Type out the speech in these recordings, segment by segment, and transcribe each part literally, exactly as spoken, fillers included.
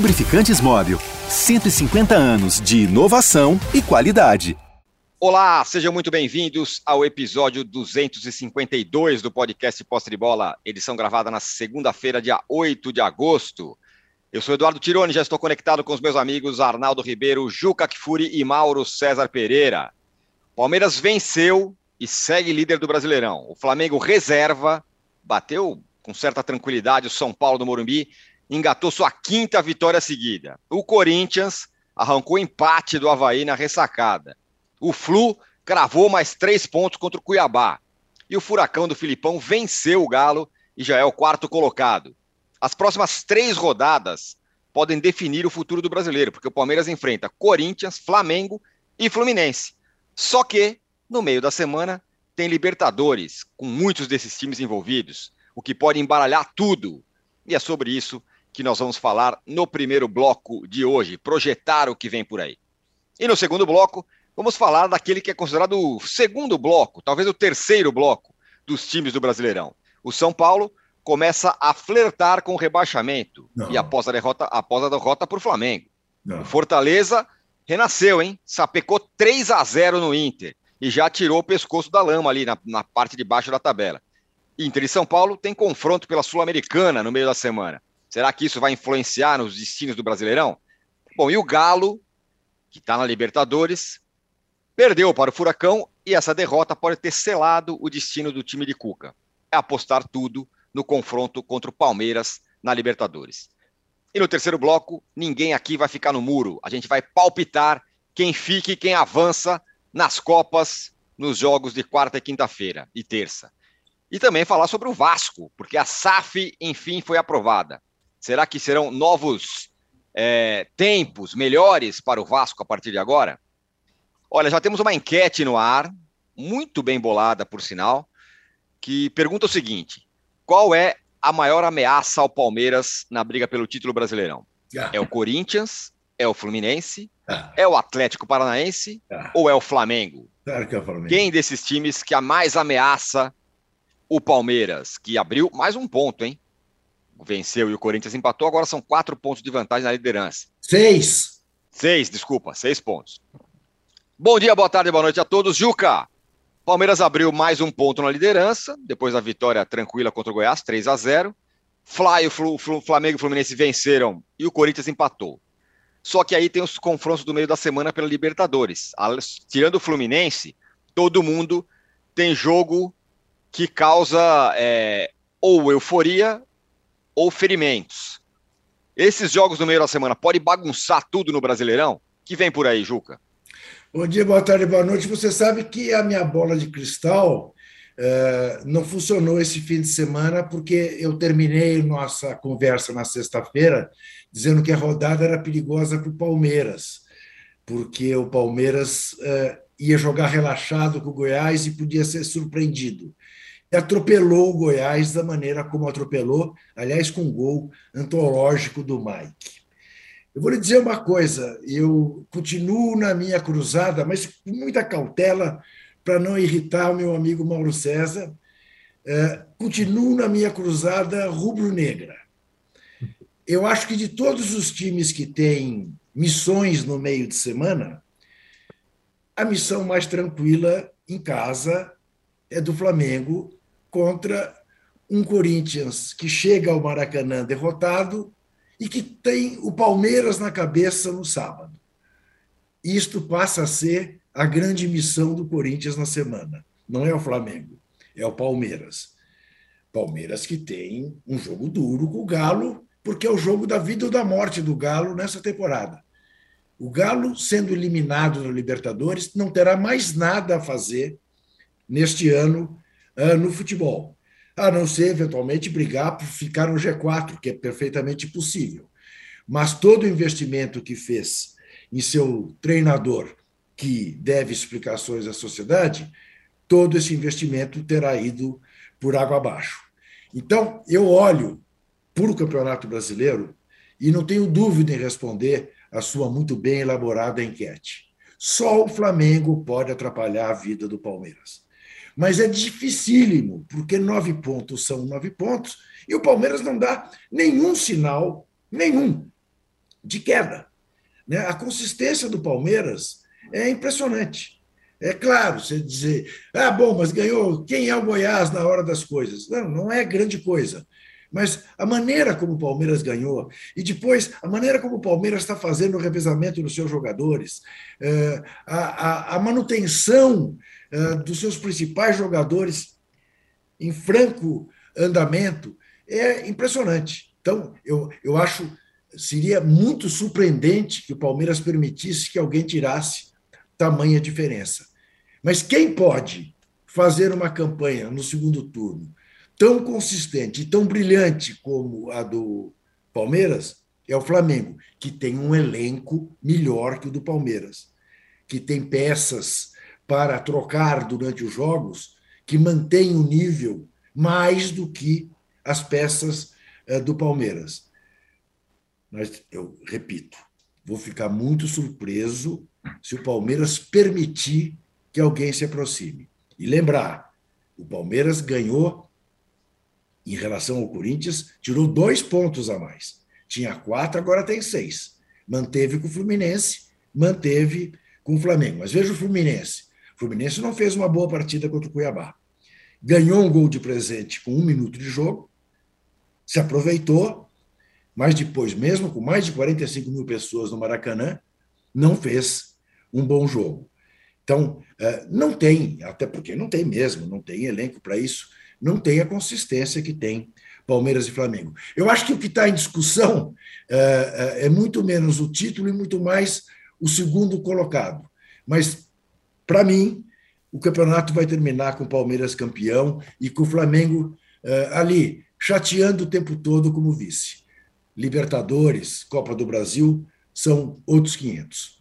Lubrificantes Móbil. cento e cinquenta anos de inovação e qualidade. Olá, sejam muito bem-vindos ao episódio duzentos e cinquenta e dois do podcast Posse de Bola, edição gravada na segunda-feira, dia oito de agosto. Eu sou Eduardo Tironi, já estou conectado com os meus amigos Arnaldo Ribeiro, Juca Kfouri e Mauro César Pereira. Palmeiras venceu e segue líder do Brasileirão. O Flamengo reserva, bateu com certa tranquilidade o São Paulo do Morumbi, engatou sua quinta vitória seguida. O Corinthians arrancou empate do Avaí na ressacada. O Flu cravou mais três pontos contra o Cuiabá. E o Furacão do Filipão venceu o Galo e já é o quarto colocado. As próximas três rodadas podem definir o futuro do brasileiro, porque o Palmeiras enfrenta Corinthians, Flamengo e Fluminense. Só que, no meio da semana, tem Libertadores, com muitos desses times envolvidos, o que pode embaralhar tudo. E é sobre isso que nós vamos falar no primeiro bloco de hoje, projetar o que vem por aí. E no segundo bloco, vamos falar daquele que é considerado o segundo bloco, talvez o terceiro bloco dos times do Brasileirão. O São Paulo começa a flertar com o rebaixamento. Não. E após a derrota, após a derrota para o Flamengo. Não. O Fortaleza renasceu, hein? Sapecou três a zero no Inter e já tirou o pescoço da lama ali na, na parte de baixo da tabela. Inter e São Paulo tem confronto pela Sul-Americana no meio da semana. Será que isso vai influenciar nos destinos do Brasileirão? Bom, e o Galo, que está na Libertadores, perdeu para o Furacão e essa derrota pode ter selado o destino do time de Cuca. É apostar tudo no confronto contra o Palmeiras na Libertadores. E no terceiro bloco, ninguém aqui vai ficar no muro. A gente vai palpitar quem fica e quem avança nas Copas, nos jogos de quarta e quinta-feira e terça. E também falar sobre o Vasco, porque a S A F, enfim, foi aprovada. Será que serão novos é, tempos melhores para o Vasco a partir de agora? Olha, já temos uma enquete no ar, muito bem bolada, por sinal, que pergunta o seguinte: qual é a maior ameaça ao Palmeiras na briga pelo título brasileirão? Ah. É o Corinthians? É o Fluminense? Ah. É o Atlético Paranaense? Ah. Ou é o Flamengo? Claro que é o Flamengo. Quem desses times que a mais ameaça o Palmeiras, que abriu mais um ponto, hein? Venceu e o Corinthians empatou, agora são quatro pontos de vantagem na liderança. Seis. Seis, desculpa, seis pontos. Bom dia, boa tarde, boa noite a todos. Juca, Palmeiras abriu mais um ponto na liderança, depois da vitória tranquila contra o Goiás, três a zero. Fly, o Flamengo e o Fluminense venceram e o Corinthians empatou. Só que aí tem os confrontos do meio da semana pela Libertadores. Tirando o Fluminense, todo mundo tem jogo que causa é, ou euforia ou ferimentos. Esses jogos no meio da semana podem bagunçar tudo no Brasileirão? Que vem por aí, Juca? Bom dia, boa tarde, boa noite. Você sabe que a minha bola de cristal eh, não funcionou esse fim de semana porque eu terminei nossa conversa na sexta-feira dizendo que a rodada era perigosa para o Palmeiras, porque o Palmeiras eh, ia jogar relaxado com o Goiás e podia ser surpreendido. E atropelou o Goiás da maneira como atropelou, aliás, com um gol antológico do Mike. Eu vou lhe dizer uma coisa, eu continuo na minha cruzada, mas com muita cautela para não irritar o meu amigo Mauro César, é, continuo na minha cruzada rubro-negra. Eu acho que de todos os times que têm missões no meio de semana, a missão mais tranquila em casa é do Flamengo contra um Corinthians que chega ao Maracanã derrotado e que tem o Palmeiras na cabeça no sábado. Isto passa a ser a grande missão do Corinthians na semana. Não é o Flamengo, é o Palmeiras. Palmeiras que tem um jogo duro com o Galo, porque é o jogo da vida ou da morte do Galo nessa temporada. O Galo, sendo eliminado na Libertadores, não terá mais nada a fazer neste ano uh, no futebol, a não ser, eventualmente, brigar por ficar no G quatro, que é perfeitamente possível. Mas todo o investimento que fez em seu treinador, que deve explicações à sociedade, todo esse investimento terá ido por água abaixo. Então, eu olho para o Campeonato Brasileiro e não tenho dúvida em responder a sua muito bem elaborada enquete. Só o Flamengo pode atrapalhar a vida do Palmeiras. Mas é dificílimo, porque nove pontos são nove pontos, e o Palmeiras não dá nenhum sinal, nenhum, de queda. Né? A consistência do Palmeiras é impressionante. É claro, você dizer, ah, bom, mas ganhou, quem é o Goiás na hora das coisas? Não, não é grande coisa. Mas a maneira como o Palmeiras ganhou, e depois a maneira como o Palmeiras está fazendo o revezamento dos seus jogadores, a, a, a manutenção dos seus principais jogadores em franco andamento, é impressionante. Então, eu, eu acho seria muito surpreendente que o Palmeiras permitisse que alguém tirasse tamanha diferença. Mas quem pode fazer uma campanha no segundo turno tão consistente e tão brilhante como a do Palmeiras é o Flamengo, que tem um elenco melhor que o do Palmeiras, que tem peças para trocar durante os jogos que mantém o nível mais do que as peças do Palmeiras. Mas, eu repito, vou ficar muito surpreso se o Palmeiras permitir que alguém se aproxime. E lembrar, o Palmeiras ganhou, em relação ao Corinthians, tirou dois pontos a mais. Tinha quatro, agora tem seis. Manteve com o Fluminense, manteve com o Flamengo. Mas veja o Fluminense. O Fluminense não fez uma boa partida contra o Cuiabá. Ganhou um gol de presente com um minuto de jogo, se aproveitou, mas depois, mesmo com mais de quarenta e cinco mil pessoas no Maracanã, não fez um bom jogo. Então, não tem, até porque não tem mesmo, não tem elenco para isso, não tem a consistência que tem Palmeiras e Flamengo. Eu acho que o que está em discussão é muito menos o título e muito mais o segundo colocado. Mas, para mim, o campeonato vai terminar com o Palmeiras campeão e com o Flamengo ali, chateando o tempo todo como vice. Libertadores, Copa do Brasil, são outros quinhentos.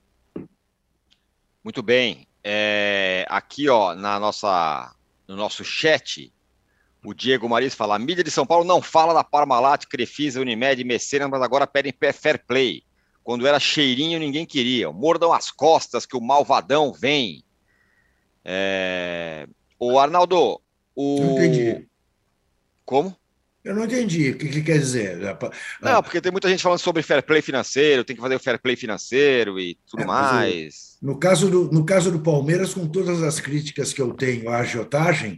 Muito bem. É, aqui, ó, na nossa, no nosso chat, o Diego Maris fala: a mídia de São Paulo não fala da Parmalat, Crefisa, Unimed, Mecenas, mas agora pedem fair play. Quando era cheirinho, ninguém queria. Mordam as costas que o malvadão vem. É... O Arnaldo, o... Não entendi. Como? Eu não entendi o que ele quer dizer. Não, porque tem muita gente falando sobre fair play financeiro, tem que fazer o fair play financeiro e tudo é, mais. O, no, caso do, no caso do Palmeiras, com todas as críticas que eu tenho à agiotagem,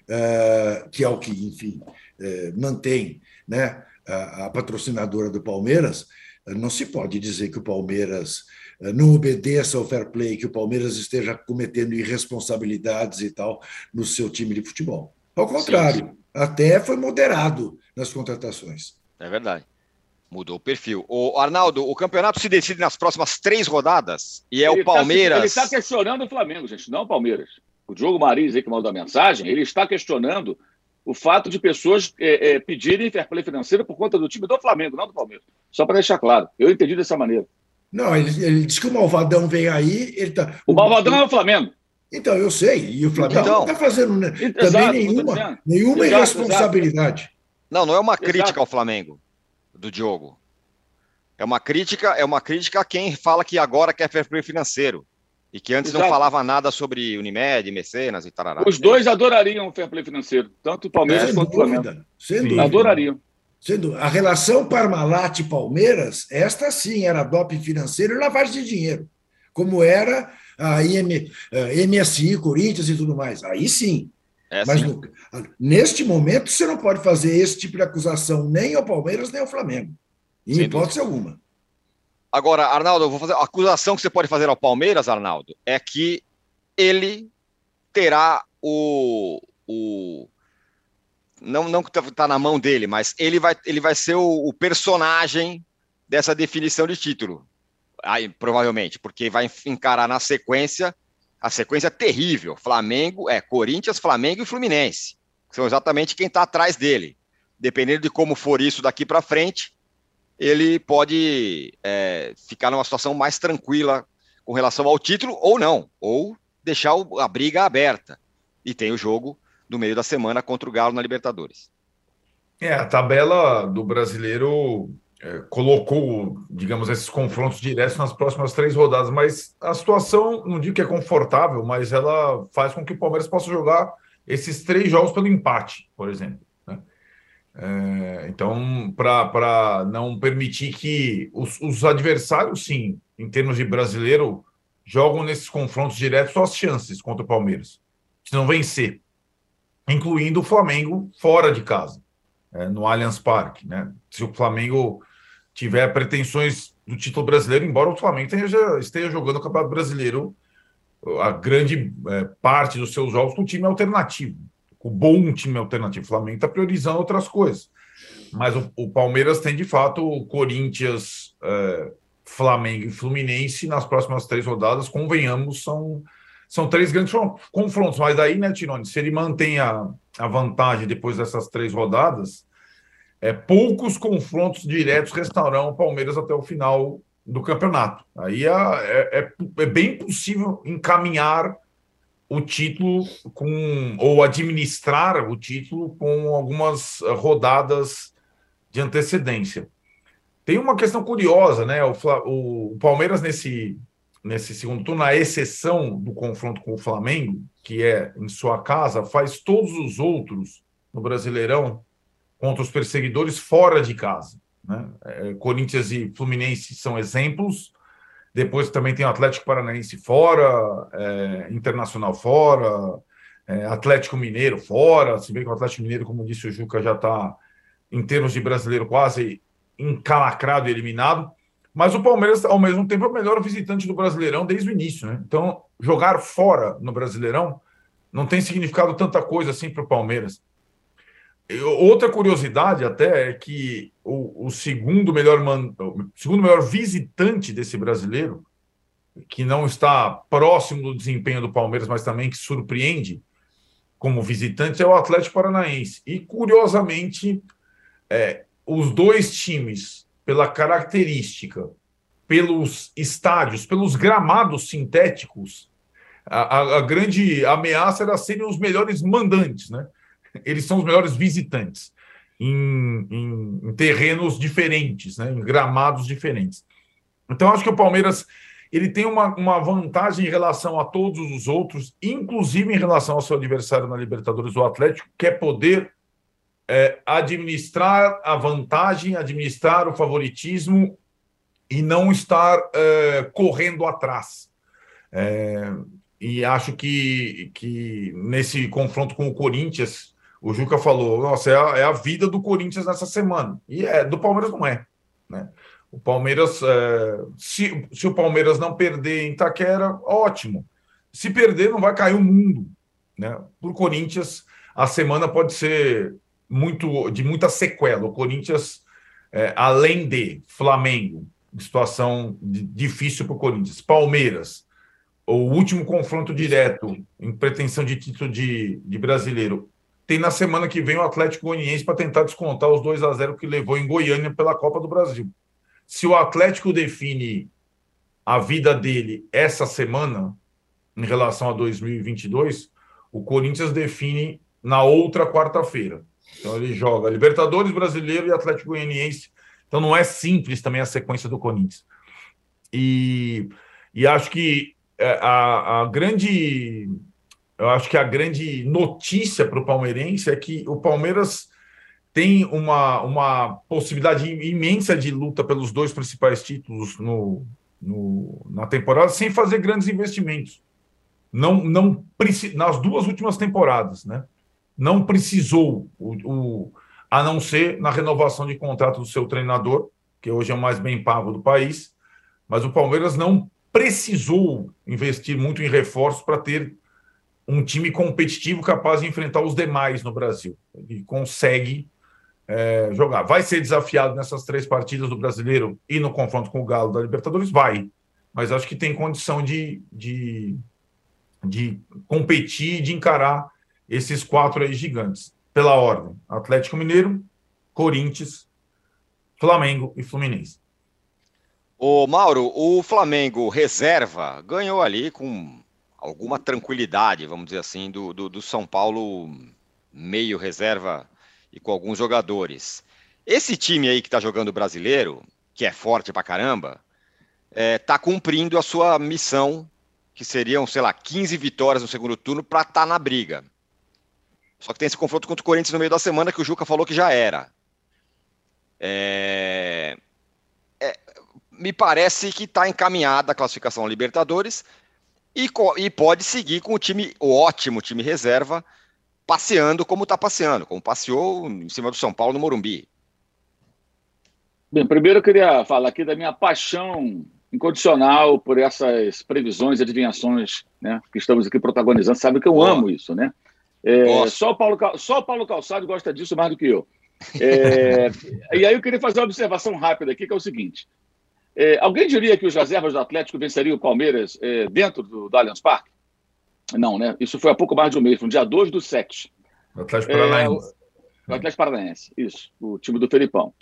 uh, que é o que, enfim, uh, mantém, né, a, a patrocinadora do Palmeiras, uh, não se pode dizer que o Palmeiras uh, não obedeça ao fair play, que o Palmeiras esteja cometendo irresponsabilidades e tal no seu time de futebol. Ao contrário. Sim. Até foi moderado nas contratações. É verdade. Mudou o perfil. O Arnaldo, o campeonato se decide nas próximas três rodadas e é ele o Palmeiras... Tá, ele está questionando o Flamengo, gente, não o Palmeiras. O Diogo Maris, aí que mandou a mensagem, ele está questionando o fato de pessoas é, é, pedirem fair play financeiro por conta do time do Flamengo, não do Palmeiras. Só para deixar claro. Eu entendi dessa maneira. Não, ele, ele diz que o malvadão vem aí... Ele tá... O malvadão é o Flamengo. Então, eu sei, e o Flamengo então, não está fazendo né, exato, também nenhuma, nenhuma exato, irresponsabilidade. Exato. Não, não é uma crítica exato. ao Flamengo, do Diogo. É uma crítica, é uma crítica a quem fala que agora quer fair play financeiro e que antes exato. não falava nada sobre Unimed, Mecenas e tarará. Os dois adorariam o fair play financeiro, tanto o Palmeiras sem quanto o Flamengo. Sem dúvida. Adorariam. Sendo a relação Parmalat e Palmeiras, esta sim era doping financeiro e lavagem de dinheiro, como era a M S I, Corinthians e tudo mais. Aí sim. É Mas no, neste momento você não pode fazer esse tipo de acusação nem ao Palmeiras nem ao Flamengo. Em Sem hipótese dúvida. alguma. Agora, Arnaldo, eu vou fazer a acusação que você pode fazer ao Palmeiras, Arnaldo, é que ele terá o... o não, não que está na mão dele, mas ele vai, ele vai ser o, o personagem dessa definição de título. Aí, provavelmente, porque vai encarar na sequência, a sequência terrível, Flamengo, é, Corinthians, Flamengo e Fluminense, que são exatamente quem está atrás dele. Dependendo de como for isso daqui para frente, ele pode é, ficar numa situação mais tranquila com relação ao título, ou não, ou deixar a briga aberta. E tem o jogo do meio da semana contra o Galo na Libertadores. É, a tabela do brasileiro... É, colocou, digamos, esses confrontos diretos nas próximas três rodadas, mas a situação, não digo que é confortável, mas ela faz com que o Palmeiras possa jogar esses três jogos pelo empate, por exemplo. Né? É, então, para não permitir que os, os adversários, sim, em termos de brasileiro, jogam nesses confrontos diretos suas chances contra o Palmeiras, se não vencer, incluindo o Flamengo fora de casa, é, no Allianz Parque, né? Se o Flamengo tiver pretensões do título brasileiro, embora o Flamengo esteja, esteja jogando o Campeonato Brasileiro, a grande é, parte dos seus jogos com time alternativo, com bom time alternativo. O Flamengo está priorizando outras coisas. Mas o, o Palmeiras tem, de fato, o Corinthians, é, Flamengo e Fluminense nas próximas três rodadas, convenhamos, são, são três grandes confrontos. Mas daí, né, Tironi, se ele mantém a, a vantagem depois dessas três rodadas, é, poucos confrontos diretos restarão o Palmeiras até o final do campeonato. Aí é, é, é bem possível encaminhar o título com, ou administrar o título com algumas rodadas de antecedência. Tem uma questão curiosa, né? O, o, o Palmeiras, nesse, nesse segundo turno, à exceção do confronto com o Flamengo, que é em sua casa, faz todos os outros no Brasileirão contra os perseguidores fora de casa, né? É, Corinthians e Fluminense são exemplos. Depois também tem o Atlético Paranaense fora, é, Internacional fora, é, Atlético Mineiro fora, se bem que o Atlético Mineiro, como disse o Juca, já está, em termos de brasileiro, quase encalacrado e eliminado. Mas o Palmeiras, ao mesmo tempo, é o melhor visitante do Brasileirão desde o início, né? Então, jogar fora no Brasileirão não tem significado tanta coisa assim para o Palmeiras. Outra curiosidade até é que o, o, segundo melhor man, o segundo melhor visitante desse brasileiro, que não está próximo do desempenho do Palmeiras, mas também que surpreende como visitante, é o Atlético Paranaense. E, curiosamente, é, os dois times, pela característica, pelos estádios, pelos gramados sintéticos, a, a, a grande ameaça era serem os melhores mandantes, né? Eles são os melhores visitantes em, em, em terrenos diferentes, né? Em gramados diferentes. Então, acho que o Palmeiras ele tem uma, uma vantagem em relação a todos os outros, inclusive em relação ao seu adversário na Libertadores, o Atlético, que é poder é, administrar a vantagem, administrar o favoritismo e não estar é, correndo atrás. É, e acho que, que nesse confronto com o Corinthians, o Juca falou, nossa, é a, é a vida do Corinthians nessa semana. E é, do Palmeiras não é, né? O Palmeiras, é, se, se o Palmeiras não perder em Itaquera, ótimo. Se perder, não vai cair o mundo, né? Para o Corinthians, a semana pode ser muito, de muita sequela. O Corinthians, é, além de Flamengo, situação de, difícil para o Corinthians, Palmeiras, o último confronto direto em pretensão de título de, de brasileiro, tem na semana que vem o Atlético Goianiense para tentar descontar os dois a zero que levou em Goiânia pela Copa do Brasil. Se o Atlético define a vida dele essa semana, em relação a dois mil e vinte e dois, o Corinthians define na outra quarta-feira. Então ele joga Libertadores, Brasileiro e Atlético Goianiense. Então não é simples também a sequência do Corinthians. E, e acho que a, a grande... Eu acho que a grande notícia para o palmeirense é que o Palmeiras tem uma, uma possibilidade imensa de luta pelos dois principais títulos no, no, na temporada sem fazer grandes investimentos. Não, não, nas duas últimas temporadas, né? Não precisou, o, o, a não ser na renovação de contrato do seu treinador, que hoje é o mais bem pago do país, mas o Palmeiras não precisou investir muito em reforços para ter um time competitivo capaz de enfrentar os demais no Brasil. Ele consegue é, jogar. Vai ser desafiado nessas três partidas do Brasileiro e no confronto com o Galo da Libertadores? Vai. Mas acho que tem condição de, de, de competir, de encarar esses quatro aí gigantes. Pela ordem: Atlético Mineiro, Corinthians, Flamengo e Fluminense. Ô, Mauro, o Flamengo reserva ganhou ali com alguma tranquilidade, vamos dizer assim, do, do, do São Paulo meio reserva e com alguns jogadores. Esse time aí que tá jogando brasileiro, que é forte pra caramba, é, tá cumprindo a sua missão, que seriam, sei lá, quinze vitórias no segundo turno para estar tá na briga. Só que tem esse confronto contra o Corinthians no meio da semana que o Juca falou que já era. É... É... Me parece que está encaminhada a classificação à Libertadores e, co... e pode seguir com o time, o ótimo time reserva, passeando como está passeando, como passeou em cima do São Paulo no Morumbi. Bem, primeiro eu queria falar aqui da minha paixão incondicional por essas previsões e adivinhações, né, que estamos aqui protagonizando. Sabe que eu Boa. amo isso, né? É, só, o Paulo, só o Paulo Calçado gosta disso mais do que eu. É, e aí eu queria fazer uma observação rápida aqui, que é o seguinte. É, alguém diria que os reservas do Atlético venceriam o Palmeiras é, dentro do, do Allianz Parque? Não, né? Isso foi há pouco mais de um mês, no dia dois do sete. O Atlético Paranaense. É, o Atlético Paranaense, isso, o time do Felipão.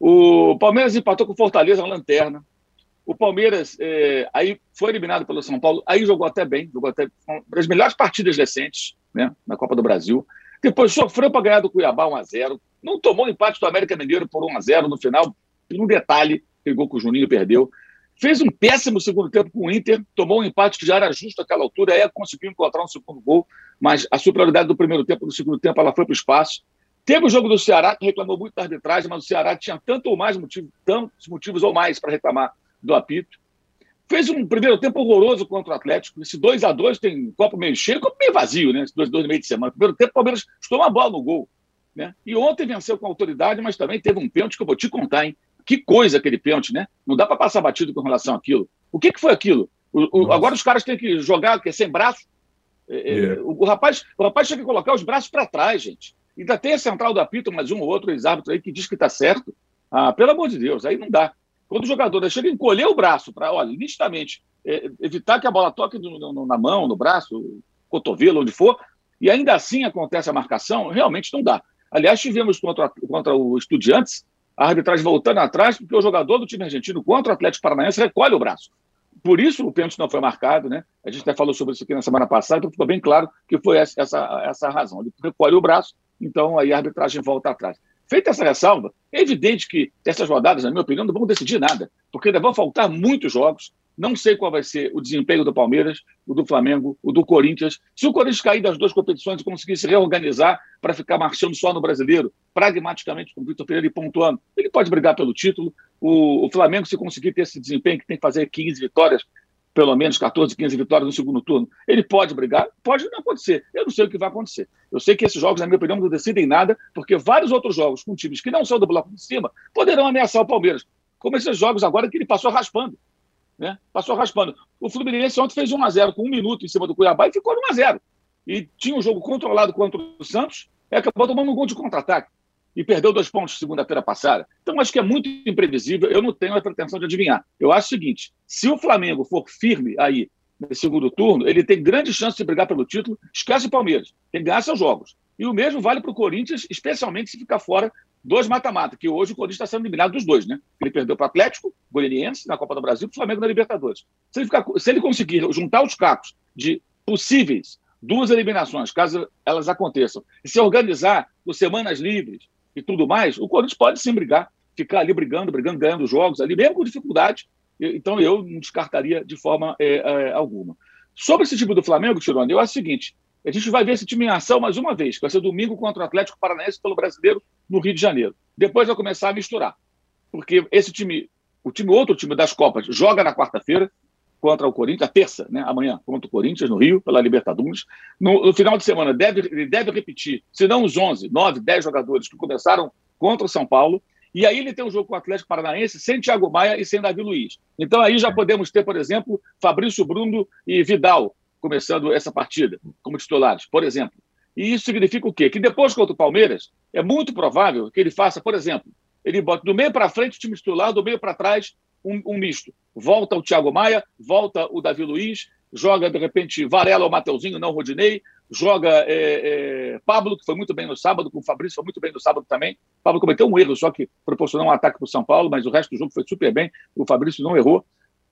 O Palmeiras empatou com o Fortaleza na lanterna. O Palmeiras é, aí foi eliminado pelo São Paulo, aí jogou até bem, jogou até uma das melhores partidas recentes, né, na Copa do Brasil. Depois sofreu para ganhar do Cuiabá um a zero. Não tomou o empate do América Mineiro por um a zero no final, um detalhe, pegou que o Juninho perdeu. Fez um péssimo segundo tempo com o Inter, tomou um empate que já era justo naquela altura, aí conseguiu encontrar um segundo gol, mas a superioridade do primeiro tempo, no segundo tempo, ela foi para o espaço. Teve o jogo do Ceará, que reclamou muito da arbitragem, mas o Ceará tinha tanto ou mais motivos, tantos motivos ou mais para reclamar do apito. Fez um primeiro tempo horroroso contra o Atlético. Esse dois a dois tem copo meio cheio, copo meio vazio, né? Esse dois a dois no meio de semana. Primeiro tempo, o Palmeiras estou uma bola no gol, né? E ontem venceu com autoridade, mas também teve um pênalti que eu vou te contar, hein? Que coisa aquele pênalti, né? Não dá para passar batido com relação àquilo. O que, que foi aquilo? O, o, agora os caras têm que jogar que é sem braço. É, yeah. o, o, rapaz, o rapaz tinha que colocar os braços para trás, gente. Ainda tem a central do apito, mas um ou outro ex-árbitro aí que diz que está certo. Ah, pelo amor de Deus, aí não dá. Quando o jogador chega a encolher o braço para, olha, nitidamente, é, evitar que a bola toque no, no, na mão, no braço, cotovelo, onde for, e ainda assim acontece a marcação, realmente não dá. Aliás, tivemos contra, contra o Estudiantes a arbitragem voltando atrás, porque o jogador do time argentino contra o Atlético Paranaense recolhe o braço. Por isso o pênalti não foi marcado, né? A gente até falou sobre isso aqui na semana passada, então ficou bem claro que foi essa, essa, essa a razão. Ele recolhe o braço, então aí a arbitragem volta atrás. Feita essa ressalva, é evidente que essas rodadas, na minha opinião, não vão decidir nada, porque ainda vão faltar muitos jogos. Não sei qual vai ser o desempenho do Palmeiras, o do Flamengo, o do Corinthians. Se o Corinthians cair das duas competições e conseguir se reorganizar para ficar marchando só no Brasileiro, pragmaticamente com o Vitor Pereira e pontuando, ele pode brigar pelo título. O, o Flamengo, se conseguir ter esse desempenho, que tem que fazer quinze vitórias, pelo menos catorze, quinze vitórias no segundo turno, ele pode brigar? Pode não acontecer. Eu não sei o que vai acontecer. Eu sei que esses jogos, na minha opinião, não decidem nada, porque vários outros jogos com times que não são do bloco de cima poderão ameaçar o Palmeiras, como esses jogos agora que ele passou raspando. Né? Passou raspando. O Fluminense ontem fez um a zero com um minuto em cima do Cuiabá e ficou no um a zero. E tinha um jogo controlado contra o Santos e acabou tomando um gol de contra-ataque. E perdeu dois pontos segunda-feira passada. Então, acho que é muito imprevisível. Eu não tenho a pretensão de adivinhar. Eu acho o seguinte, se o Flamengo for firme aí no segundo turno, ele tem grande chance de brigar pelo título. Esquece o Palmeiras. Tem que ganhar seus jogos. E o mesmo vale para o Corinthians, especialmente se ficar fora dois mata-mata, que hoje o Corinthians está sendo eliminado dos dois, né? Ele perdeu para o Atlético Goianiense na Copa do Brasil e o Flamengo na Libertadores. Se ele, ficar, se ele conseguir juntar os cacos de possíveis duas eliminações, caso elas aconteçam, e se organizar com semanas livres e tudo mais, o Corinthians pode sim brigar, ficar ali brigando, brigando, ganhando jogos ali, mesmo com dificuldade. Então eu não descartaria de forma é, é, alguma. Sobre esse time do Flamengo, Tirone, eu acho o seguinte, a gente vai ver esse time em ação mais uma vez, que vai ser domingo contra o Atlético Paranaense pelo Brasileiro no Rio de Janeiro. Depois vai começar a misturar, porque esse time, o time, outro time das Copas, joga na quarta-feira contra o Corinthians, a terça, né, amanhã, contra o Corinthians no Rio, pela Libertadores. No, no final de semana, deve, ele deve repetir, se não os onze, nove, dez jogadores que começaram contra o São Paulo, e aí ele tem um jogo com o Atlético Paranaense sem Thiago Maia e sem Davi Luiz. Então aí já podemos ter, por exemplo, Fabrício Bruno e Vidal começando essa partida como titulares, por exemplo. E isso significa o quê? Que depois contra o Palmeiras, é muito provável que ele faça, por exemplo, ele bota do meio para frente o time titular, do meio para trás um, um misto. Volta o Thiago Maia, volta o Davi Luiz, joga, de repente, Varela ou Mateuzinho, não Rodinei, joga é, é, Pablo, que foi muito bem no sábado, com o Fabrício foi muito bem no sábado também. O Pablo cometeu um erro, só que proporcionou um ataque para o São Paulo, mas o resto do jogo foi super bem, o Fabrício não errou.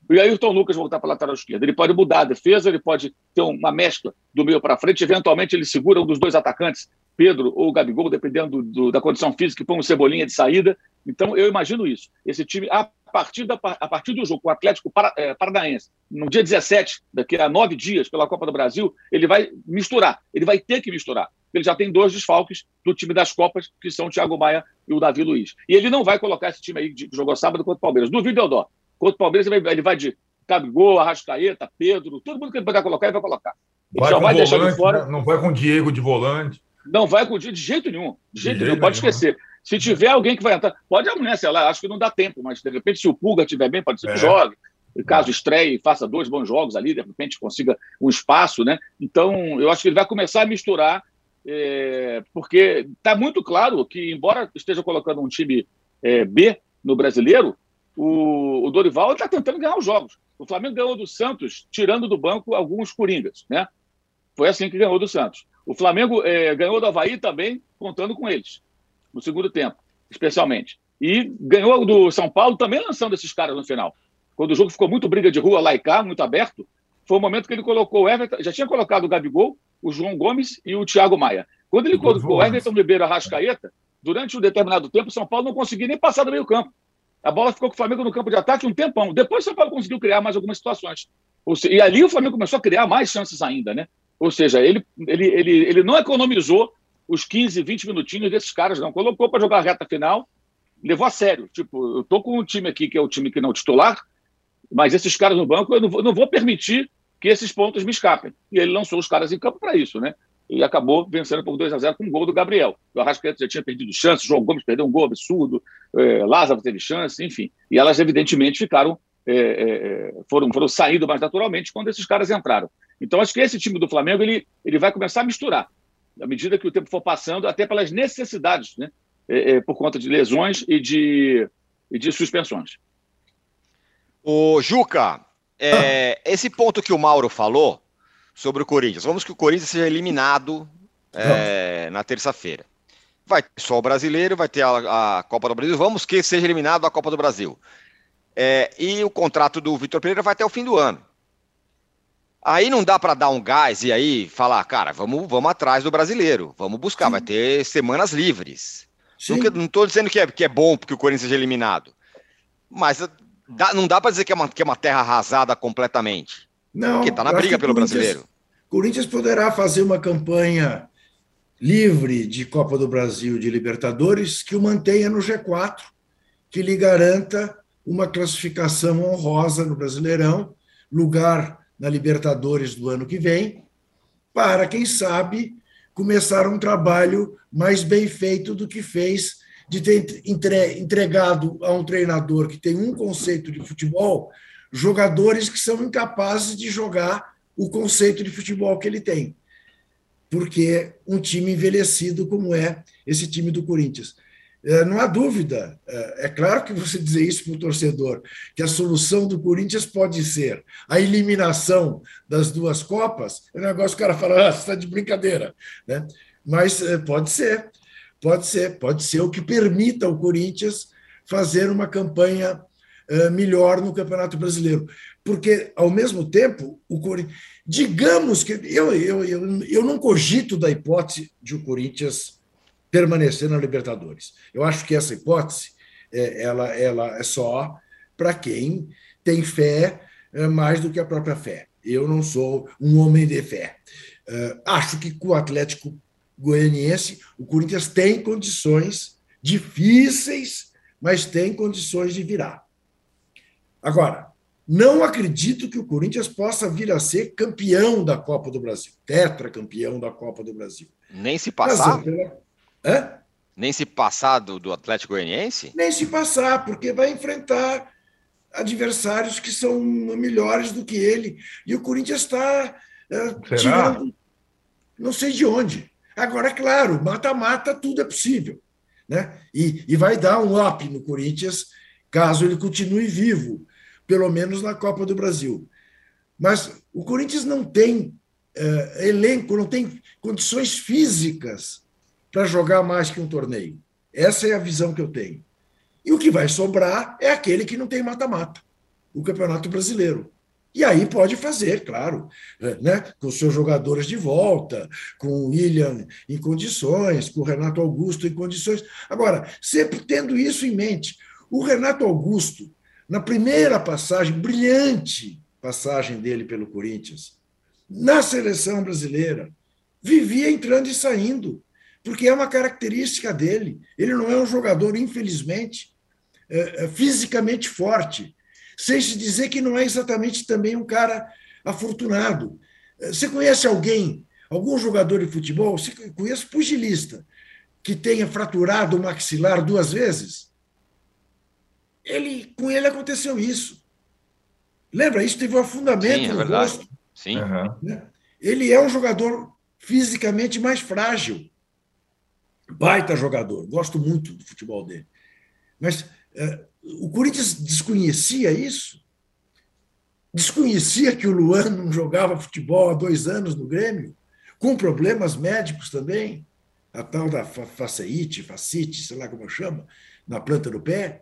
e aí o Ayrton Lucas voltar para a lateral esquerda. Ele pode mudar a defesa, ele pode ter uma mescla do meio para frente, eventualmente ele segura um dos dois atacantes, Pedro ou Gabigol, dependendo do, do, da condição física, que põe um Cebolinha de saída. Então, eu imagino isso. Esse time, a partir, da, a partir do jogo com o Atlético Paranaense, no dia dezessete, daqui a nove dias, pela Copa do Brasil, ele vai misturar, ele vai ter que misturar. Ele já tem dois desfalques do time das Copas, que são o Thiago Maia e o Davi Luiz. E ele não vai colocar esse time aí que jogou sábado contra o Palmeiras. Duvido eu dó. Contra o Palmeiras, ele vai, ele vai de Gabigol, Arrascaeta, Pedro, todo mundo que ele puder colocar, ele vai colocar. Ele vai já com vai volante, deixar de fora. Não vai com o Diego de volante. Não vai com o Diego de jeito nenhum. De jeito de nenhum, jeito pode nenhum. esquecer. Se tiver alguém que vai entrar, pode amanhã, sei lá, acho que não dá tempo, mas de repente, se o Pulga estiver bem, pode ser que É. jogue. Caso estreie, faça dois bons jogos ali, de repente consiga um espaço, né? Então, eu acho que ele vai começar a misturar, é, porque está muito claro que, embora esteja colocando um time é, B no brasileiro, o, o Dorival está tentando ganhar os jogos. O Flamengo ganhou do Santos, tirando do banco alguns coringas, né? Foi assim que ganhou do Santos. O Flamengo é, ganhou do Avaí também, contando com eles, no segundo tempo, especialmente. E ganhou do São Paulo também lançando esses caras no final. Quando o jogo ficou muito briga de rua lá e cá, muito aberto, foi o momento que ele colocou o Everton, já tinha colocado o Gabigol, o João Gomes e o Thiago Maia. Quando ele colocou o Everton Ribeiro e Arrascaeta, durante um determinado tempo, o São Paulo não conseguia nem passar do meio campo. A bola ficou com o Flamengo no campo de ataque um tempão. Depois o São Paulo conseguiu criar mais algumas situações. E ali o Flamengo começou a criar mais chances ainda, né? Ou seja, ele, ele, ele, ele não economizou os quinze, vinte minutinhos desses caras, não. Colocou para jogar a reta final, levou a sério. Tipo, eu tô com um time aqui que é o time que não é titular, mas esses caras no banco, eu não vou, não vou permitir que esses pontos me escapem. E ele lançou os caras em campo para isso, né? E acabou vencendo por dois a zero com um gol do Gabriel. O Arrascaeta já tinha perdido chance, o João Gomes perdeu um gol absurdo, é, Lázaro teve chance, enfim. E elas, evidentemente, ficaram, é, é, foram, foram saindo mais naturalmente quando esses caras entraram. Então, acho que esse time do Flamengo ele, ele vai começar a misturar, à medida que o tempo for passando, até pelas necessidades, né? É, é, por conta de lesões e de, e de suspensões. Ô, Juca, é, esse ponto que o Mauro falou sobre o Corinthians, vamos que o Corinthians seja eliminado é, na terça-feira. Vai ter só o brasileiro, vai ter a, a Copa do Brasil, vamos que seja eliminado da Copa do Brasil. É, e o contrato do Vitor Pereira vai até o fim do ano. Aí não dá para dar um gás e aí falar, cara, vamos, vamos atrás do brasileiro, vamos buscar, Sim. vai ter semanas livres. Sim. Não estou dizendo que é, que é bom porque o Corinthians seja eliminado, mas dá, não dá para dizer que é, uma, que é uma terra arrasada completamente. Não, porque está na briga pelo brasileiro. O Corinthians poderá fazer uma campanha livre de Copa do Brasil, de Libertadores, que o mantenha no G quatro, que lhe garanta uma classificação honrosa no Brasileirão, lugar na Libertadores do ano que vem, para, quem sabe, começar um trabalho mais bem feito do que fez de ter entregado a um treinador que tem um conceito de futebol jogadores que são incapazes de jogar o conceito de futebol que ele tem. Porque um time envelhecido como é esse time do Corinthians. Não há dúvida, é claro que você dizer isso para o torcedor, que a solução do Corinthians pode ser a eliminação das duas Copas, é um negócio que o cara fala, ah, você está de brincadeira, né? Mas pode ser, pode ser, pode ser o que permita ao Corinthians fazer uma campanha melhor no Campeonato Brasileiro. Porque, ao mesmo tempo, o Corinthians, digamos que eu, eu, eu, eu não cogito da hipótese de o Corinthians permanecer na Libertadores. Eu acho que essa hipótese é, ela, ela é só para quem tem fé é, mais do que a própria fé. Eu não sou um homem de fé. Uh, acho que com o Atlético Goianiense o Corinthians tem condições difíceis, mas tem condições de virar. Agora, não acredito que o Corinthians possa vir a ser campeão da Copa do Brasil, tetracampeão da Copa do Brasil. Nem se passar? Mas, Hã? Nem se passar do, do Atlético Goianiense? Nem se passar, porque vai enfrentar adversários que são melhores do que ele. E o Corinthians está uh, tirando não sei de onde. Agora, é claro, mata-mata, tudo é possível. Né? E, e vai dar um up no Corinthians, caso ele continue vivo, pelo menos na Copa do Brasil. Mas o Corinthians não tem uh, elenco, não tem condições físicas para jogar mais que um torneio. Essa é a visão que eu tenho. E o que vai sobrar é aquele que não tem mata-mata. o Campeonato Brasileiro. E aí pode fazer, claro, né? Com os seus jogadores de volta, com o William em condições, com o Renato Augusto em condições. Agora, sempre tendo isso em mente, o Renato Augusto, na primeira passagem, brilhante passagem dele pelo Corinthians, na seleção brasileira, vivia entrando e saindo, porque é uma característica dele. Ele não é um jogador, infelizmente, fisicamente forte, sem se dizer que não é exatamente também um cara afortunado. Você conhece alguém, algum jogador de futebol, você conhece pugilista, que tenha fraturado o maxilar duas vezes? Ele, com ele aconteceu isso. Lembra? Isso teve um afundamento Sim, é no verdade. rosto. Sim. Né? Ele é um jogador fisicamente mais frágil. Baita jogador. Gosto muito do futebol dele. Mas uh, o Corinthians desconhecia isso? Desconhecia que o Luan não jogava futebol há dois anos no Grêmio? Com problemas médicos também? A tal da faceite, facite, sei lá como eu chamo, na planta do pé?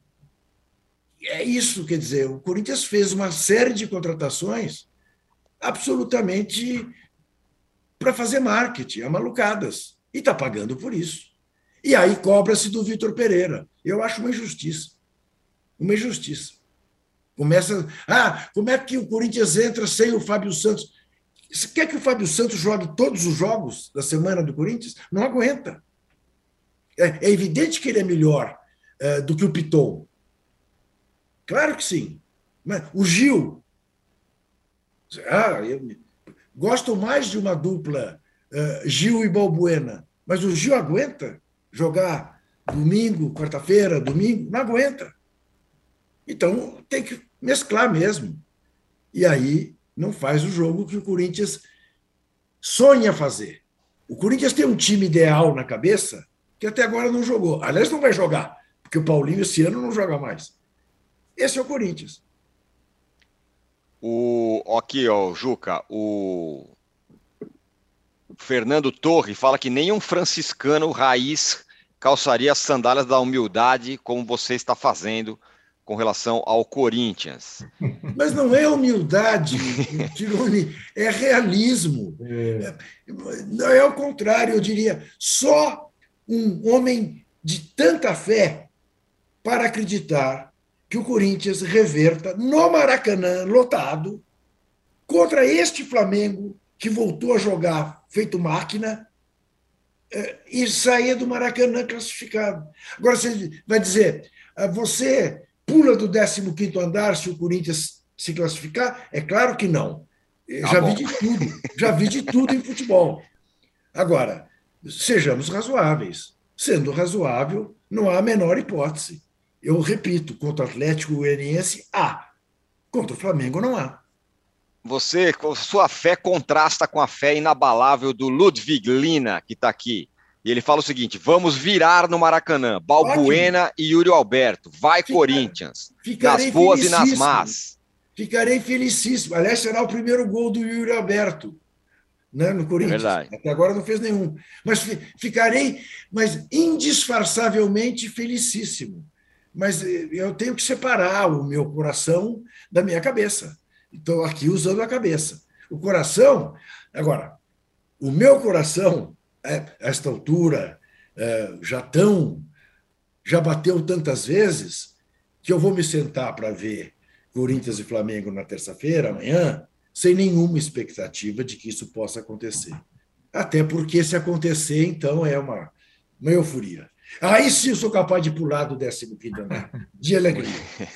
É isso, quer dizer, o Corinthians fez uma série de contratações absolutamente para fazer marketing, amalucadas, e está pagando por isso. E aí cobra-se do Vitor Pereira. Eu acho uma injustiça. Uma injustiça. Começa. Ah, como é que o Corinthians entra sem o Fábio Santos? Você quer que o Fábio Santos jogue todos os jogos da semana do Corinthians? Não aguenta. É, é evidente que ele é melhor é, do que o Piton. Claro que sim. Mas o Gil. Ah, eu gosto mais de uma dupla uh, Gil e Balbuena, mas o Gil aguenta jogar domingo, quarta-feira, domingo? Não aguenta. Então tem que mesclar mesmo. E aí não faz o jogo que o Corinthians sonha fazer. O Corinthians tem um time ideal na cabeça que até agora não jogou. Aliás, não vai jogar, porque o Paulinho esse ano não joga mais. Esse é o Corinthians. O, aqui, ó, Juca, o Fernando Torre fala que nem um franciscano raiz calçaria as sandálias da humildade como você está fazendo com relação ao Corinthians. Mas não é humildade, Tironi, é realismo. É. É, é o contrário, eu diria, só um homem de tanta fé para acreditar que o Corinthians reverta no Maracanã, lotado, contra este Flamengo, que voltou a jogar feito máquina, e sair do Maracanã classificado. Agora você vai dizer, você pula do décimo quinto andar se o Corinthians se classificar? É claro que não. Eu já vi de tudo, já vi de tudo em futebol. Agora, sejamos razoáveis. Sendo razoável, não há a menor hipótese. Eu repito, contra o Atlético Goianiense, há. Contra o Flamengo, não há. Você, sua fé contrasta com a fé inabalável do Ludwig Lina, que está aqui. E ele fala o seguinte, vamos virar no Maracanã. Balbuena Ótimo. E Yuri Alberto. Vai, Fica, Corinthians. Nas boas e nas más. Ficarei felicíssimo. Aliás, será o primeiro gol do Yuri Alberto, né, no Corinthians. É Até agora não fez nenhum. Mas ficarei mas indisfarçavelmente felicíssimo. Mas eu tenho que separar o meu coração da minha cabeça. Estou aqui usando a cabeça. O coração... Agora, o meu coração, a esta altura, já tão... já bateu tantas vezes que eu vou me sentar para ver Corinthians e Flamengo na terça-feira, amanhã, sem nenhuma expectativa de que isso possa acontecer. Até porque, se acontecer, então é uma, uma euforia. Aí sim eu sou capaz de pular do décimo quinto andar, de alegria.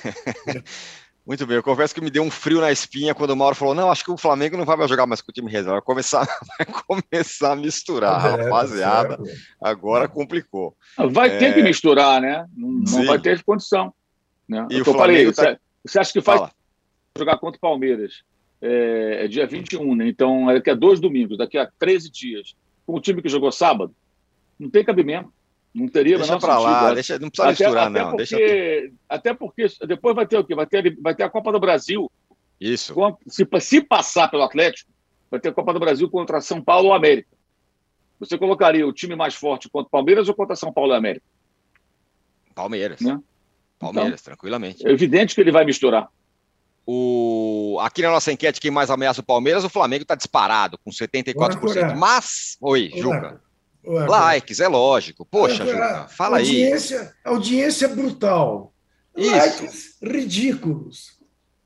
Muito bem, eu confesso que me deu um frio na espinha quando o Mauro falou, não, acho que o Flamengo não vai mais jogar mais com o time reserva, vai começar, vai começar a misturar, é, rapaziada, é, agora complicou. Vai é... ter que misturar, né? Não, não vai ter condição. Né? E eu o Flamengo falei, tá... você acha que faz jogar contra o Palmeiras? É, é dia vinte e um, né? Então daqui a dois domingos, daqui a treze dias, com o time que jogou sábado, não tem cabimento. Não teria deixa para lá, deixa, não precisa até, misturar, até não. Porque, deixa... Até porque depois vai ter o quê? Vai ter, vai ter a Copa do Brasil. Isso. Se, se passar pelo Atlético, vai ter a Copa do Brasil contra São Paulo ou América. Você colocaria o time mais forte contra o Palmeiras ou contra São Paulo e América? Palmeiras. Né? Palmeiras, então, tranquilamente. É evidente que ele vai misturar. O... Aqui na nossa enquete, quem mais ameaça o Palmeiras, o Flamengo está disparado, com setenta e quatro por cento. Mas, oi, Juca. Likes, é lógico. Poxa, Juca, fala audiência, aí. Audiência brutal. Isso. Likes ridículos.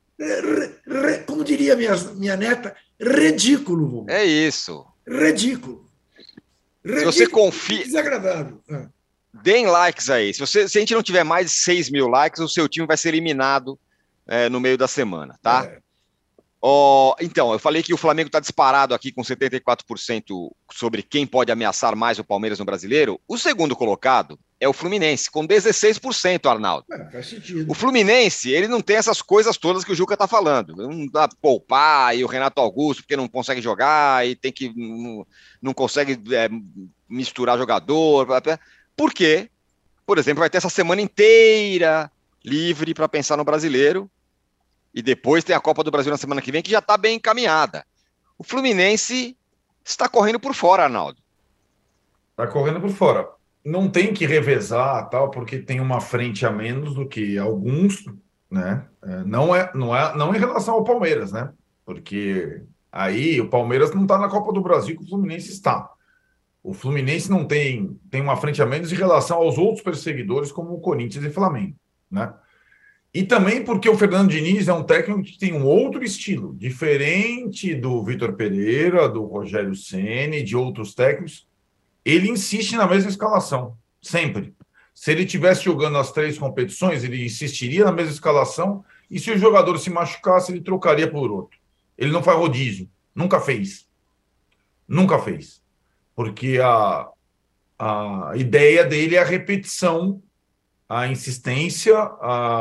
Como diria minha, minha neta, ridículo. É isso. Ridículo. ridículo. Se você confia... Desagradável. Ah. Deem likes aí. Se, você, se a gente não tiver mais de seis mil likes, o seu time vai ser eliminado é, no meio da semana, tá? É. Oh, então, eu falei que o Flamengo está disparado aqui com setenta e quatro por cento sobre quem pode ameaçar mais o Palmeiras no Brasileiro. O segundo colocado é o Fluminense, com dezesseis por cento, Arnaldo. É, faz sentido. O Fluminense, ele não tem essas coisas todas que o Juca está falando. Não dá poupar, e o Renato Augusto, porque não consegue jogar, e tem que não, não consegue é, misturar jogador. Porque, por exemplo, vai ter essa semana inteira livre para pensar no Brasileiro. E depois tem a Copa do Brasil na semana que vem, que já está bem encaminhada. O Fluminense está correndo por fora, Arnaldo. Está correndo por fora. Não tem que revezar, tal, porque tem uma frente a menos do que alguns, né? Não é, não é, não em relação ao Palmeiras, né? Porque aí o Palmeiras não está na Copa do Brasil que o Fluminense está. O Fluminense não tem, tem uma frente a menos em relação aos outros perseguidores, como o Corinthians e Flamengo, né? E também porque o Fernando Diniz é um técnico que tem um outro estilo, diferente do Vitor Pereira, do Rogério Ceni, de outros técnicos. Ele insiste na mesma escalação, sempre. Se ele estivesse jogando as três competições, ele insistiria na mesma escalação, e se o jogador se machucasse, ele trocaria por outro. Ele não faz rodízio, nunca fez. Nunca fez. Porque a, a ideia dele é a repetição, a insistência, a,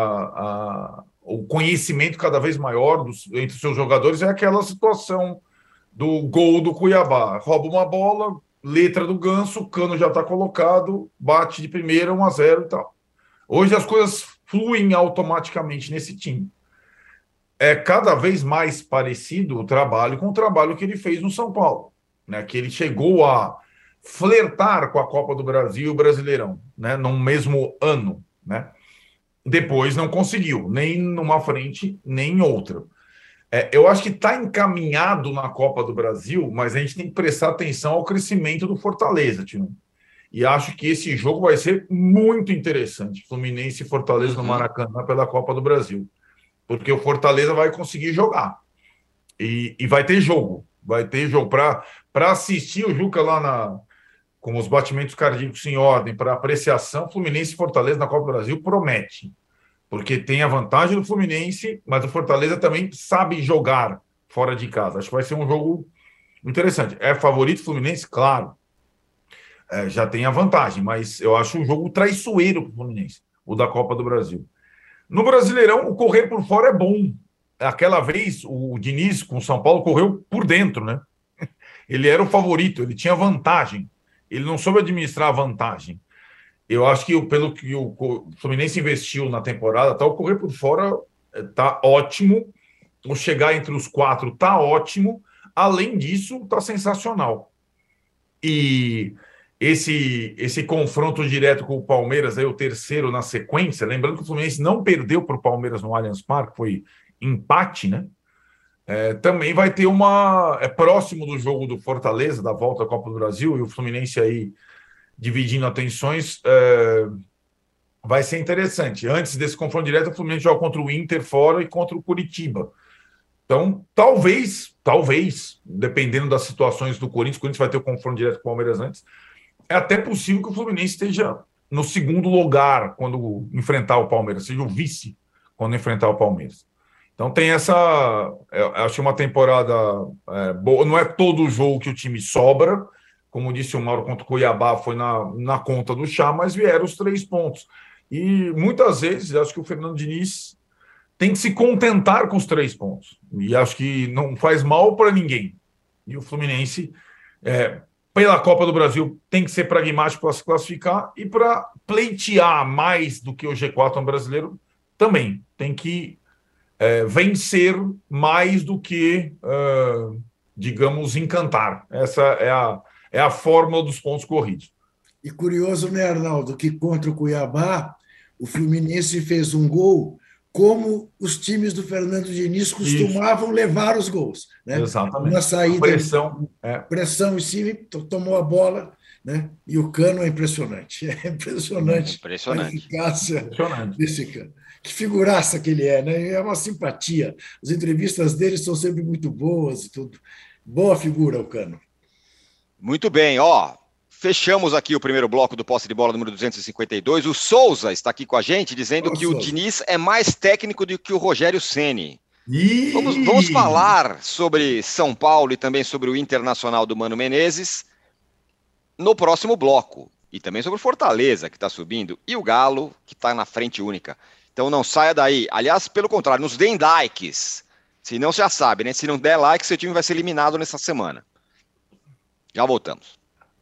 a, o conhecimento cada vez maior dos, entre os seus jogadores. É aquela situação do gol do Cuiabá. Rouba uma bola, letra do Ganso, o Cano já está colocado, bate de primeira, um a zero e tal. Hoje as coisas fluem automaticamente nesse time. É cada vez mais parecido o trabalho com o trabalho que ele fez no São Paulo, né? Que ele chegou a flertar com a Copa do Brasil e o Brasileirão, né, no mesmo ano, né? Depois não conseguiu, nem numa frente, nem em outra. É, eu acho que está encaminhado na Copa do Brasil, mas a gente tem que prestar atenção ao crescimento do Fortaleza, Tino. E acho que esse jogo vai ser muito interessante, Fluminense e Fortaleza no Maracanã pela Copa do Brasil, porque o Fortaleza vai conseguir jogar e, e vai ter jogo, vai ter jogo para para assistir o Juca lá na com os batimentos cardíacos em ordem, para apreciação. Fluminense e Fortaleza na Copa do Brasil promete, porque tem a vantagem do Fluminense, mas o Fortaleza também sabe jogar fora de casa. Acho que vai ser um jogo interessante. É favorito Fluminense? Claro. É, já tem a vantagem, mas eu acho um jogo traiçoeiro para o Fluminense, o da Copa do Brasil. No Brasileirão, o correr por fora é bom. Aquela vez, o Diniz com o São Paulo correu por dentro, né? Ele era o favorito, ele tinha vantagem. Ele não soube administrar a vantagem. Eu acho que pelo que o Fluminense investiu na temporada, tá, o correr por fora tá ótimo. O chegar entre os quatro tá ótimo. Além disso, tá sensacional. E esse, esse confronto direto com o Palmeiras, aí, o terceiro na sequência, lembrando que o Fluminense não perdeu para o Palmeiras no Allianz Parque, foi empate, né? É, também vai ter uma... É próximo do jogo do Fortaleza, da volta à Copa do Brasil, e o Fluminense aí dividindo atenções, é, vai ser interessante. Antes desse confronto direto, o Fluminense joga contra o Inter fora e contra o Curitiba. Então, talvez, talvez, dependendo das situações do Corinthians, o Corinthians vai ter o confronto direto com o Palmeiras antes, é até possível que o Fluminense esteja no segundo lugar quando enfrentar o Palmeiras, seja o vice quando enfrentar o Palmeiras. Então tem essa, eu acho uma temporada é, boa, não é todo jogo que o time sobra, como disse o Mauro contra o Cuiabá, foi na, na conta do chá, mas vieram os três pontos. E muitas vezes, acho que o Fernando Diniz tem que se contentar com os três pontos, e acho que não faz mal para ninguém. E o Fluminense, é, pela Copa do Brasil, tem que ser pragmático para se classificar, e para pleitear mais do que o G quatro no brasileiro, também tem que É, vencer mais do que, uh, digamos, encantar. Essa é a, é a fórmula dos pontos corridos. E curioso, né, Arnaldo, que contra o Cuiabá, o Fluminense fez um gol como os times do Fernando Diniz costumavam Isso. levar os gols. Né? Exatamente. Uma saída, pressão, é. pressão em cima, tomou a bola, né? E o Cano é impressionante. É impressionante, impressionante. a eficácia impressionante. desse Cano. Que figuraça que ele é, né? É uma simpatia. As entrevistas dele são sempre muito boas e tudo. Boa figura, o Cano. Muito bem, ó. Fechamos aqui o primeiro bloco do Posse de Bola número duzentos e cinquenta e dois. O Souza está aqui com a gente, dizendo Olá, que Souza. O Diniz é mais técnico do que o Rogério Ceni. Vamos, vamos falar sobre São Paulo e também sobre o Internacional do Mano Menezes no próximo bloco. E também sobre o Fortaleza, que está subindo, e o Galo, que está na frente única. Então não saia daí. Aliás, pelo contrário, nos deem likes. Se não, já sabe, né? Se não der like, seu time vai ser eliminado nessa semana. Já voltamos.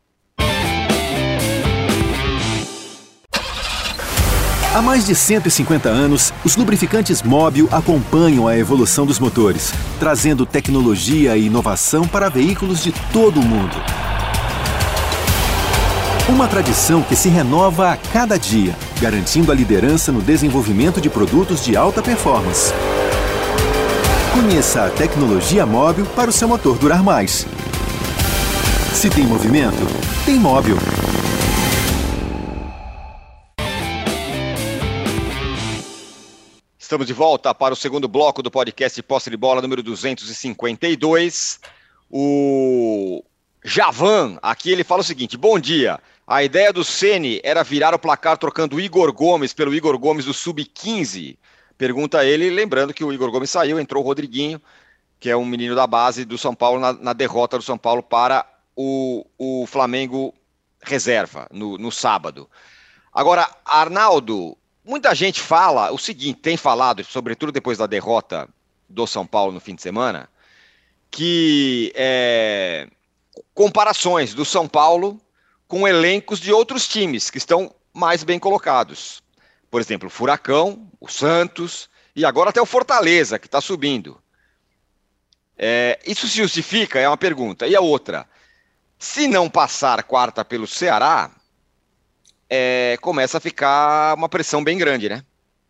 Há mais de cento e cinquenta anos, os lubrificantes Mobil acompanham a evolução dos motores, trazendo tecnologia e inovação para veículos de todo o mundo. Uma tradição que se renova a cada dia, garantindo a liderança no desenvolvimento de produtos de alta performance. Conheça a tecnologia Mobil para o seu motor durar mais. Se tem movimento, tem Mobil. Estamos de volta para o segundo bloco do podcast Posse de Bola número duzentos e cinquenta e dois. O Javan, aqui ele fala o seguinte: bom dia, a ideia do Ceni era virar o placar trocando o Igor Gomes pelo Igor Gomes do sub quinze? Pergunta ele, lembrando que o Igor Gomes saiu, entrou o Rodriguinho, que é um menino da base do São Paulo, na, na derrota do São Paulo para o, o Flamengo reserva, no, no sábado. Agora, Arnaldo, muita gente fala o seguinte, tem falado, sobretudo depois da derrota do São Paulo no fim de semana, que é, comparações do São Paulo com elencos de outros times que estão mais bem colocados. Por exemplo, o Furacão, o Santos e agora até o Fortaleza, que está subindo. É, isso se justifica? É uma pergunta. E a outra, se não passar quarta pelo Ceará, É, começa a ficar uma pressão bem grande, né?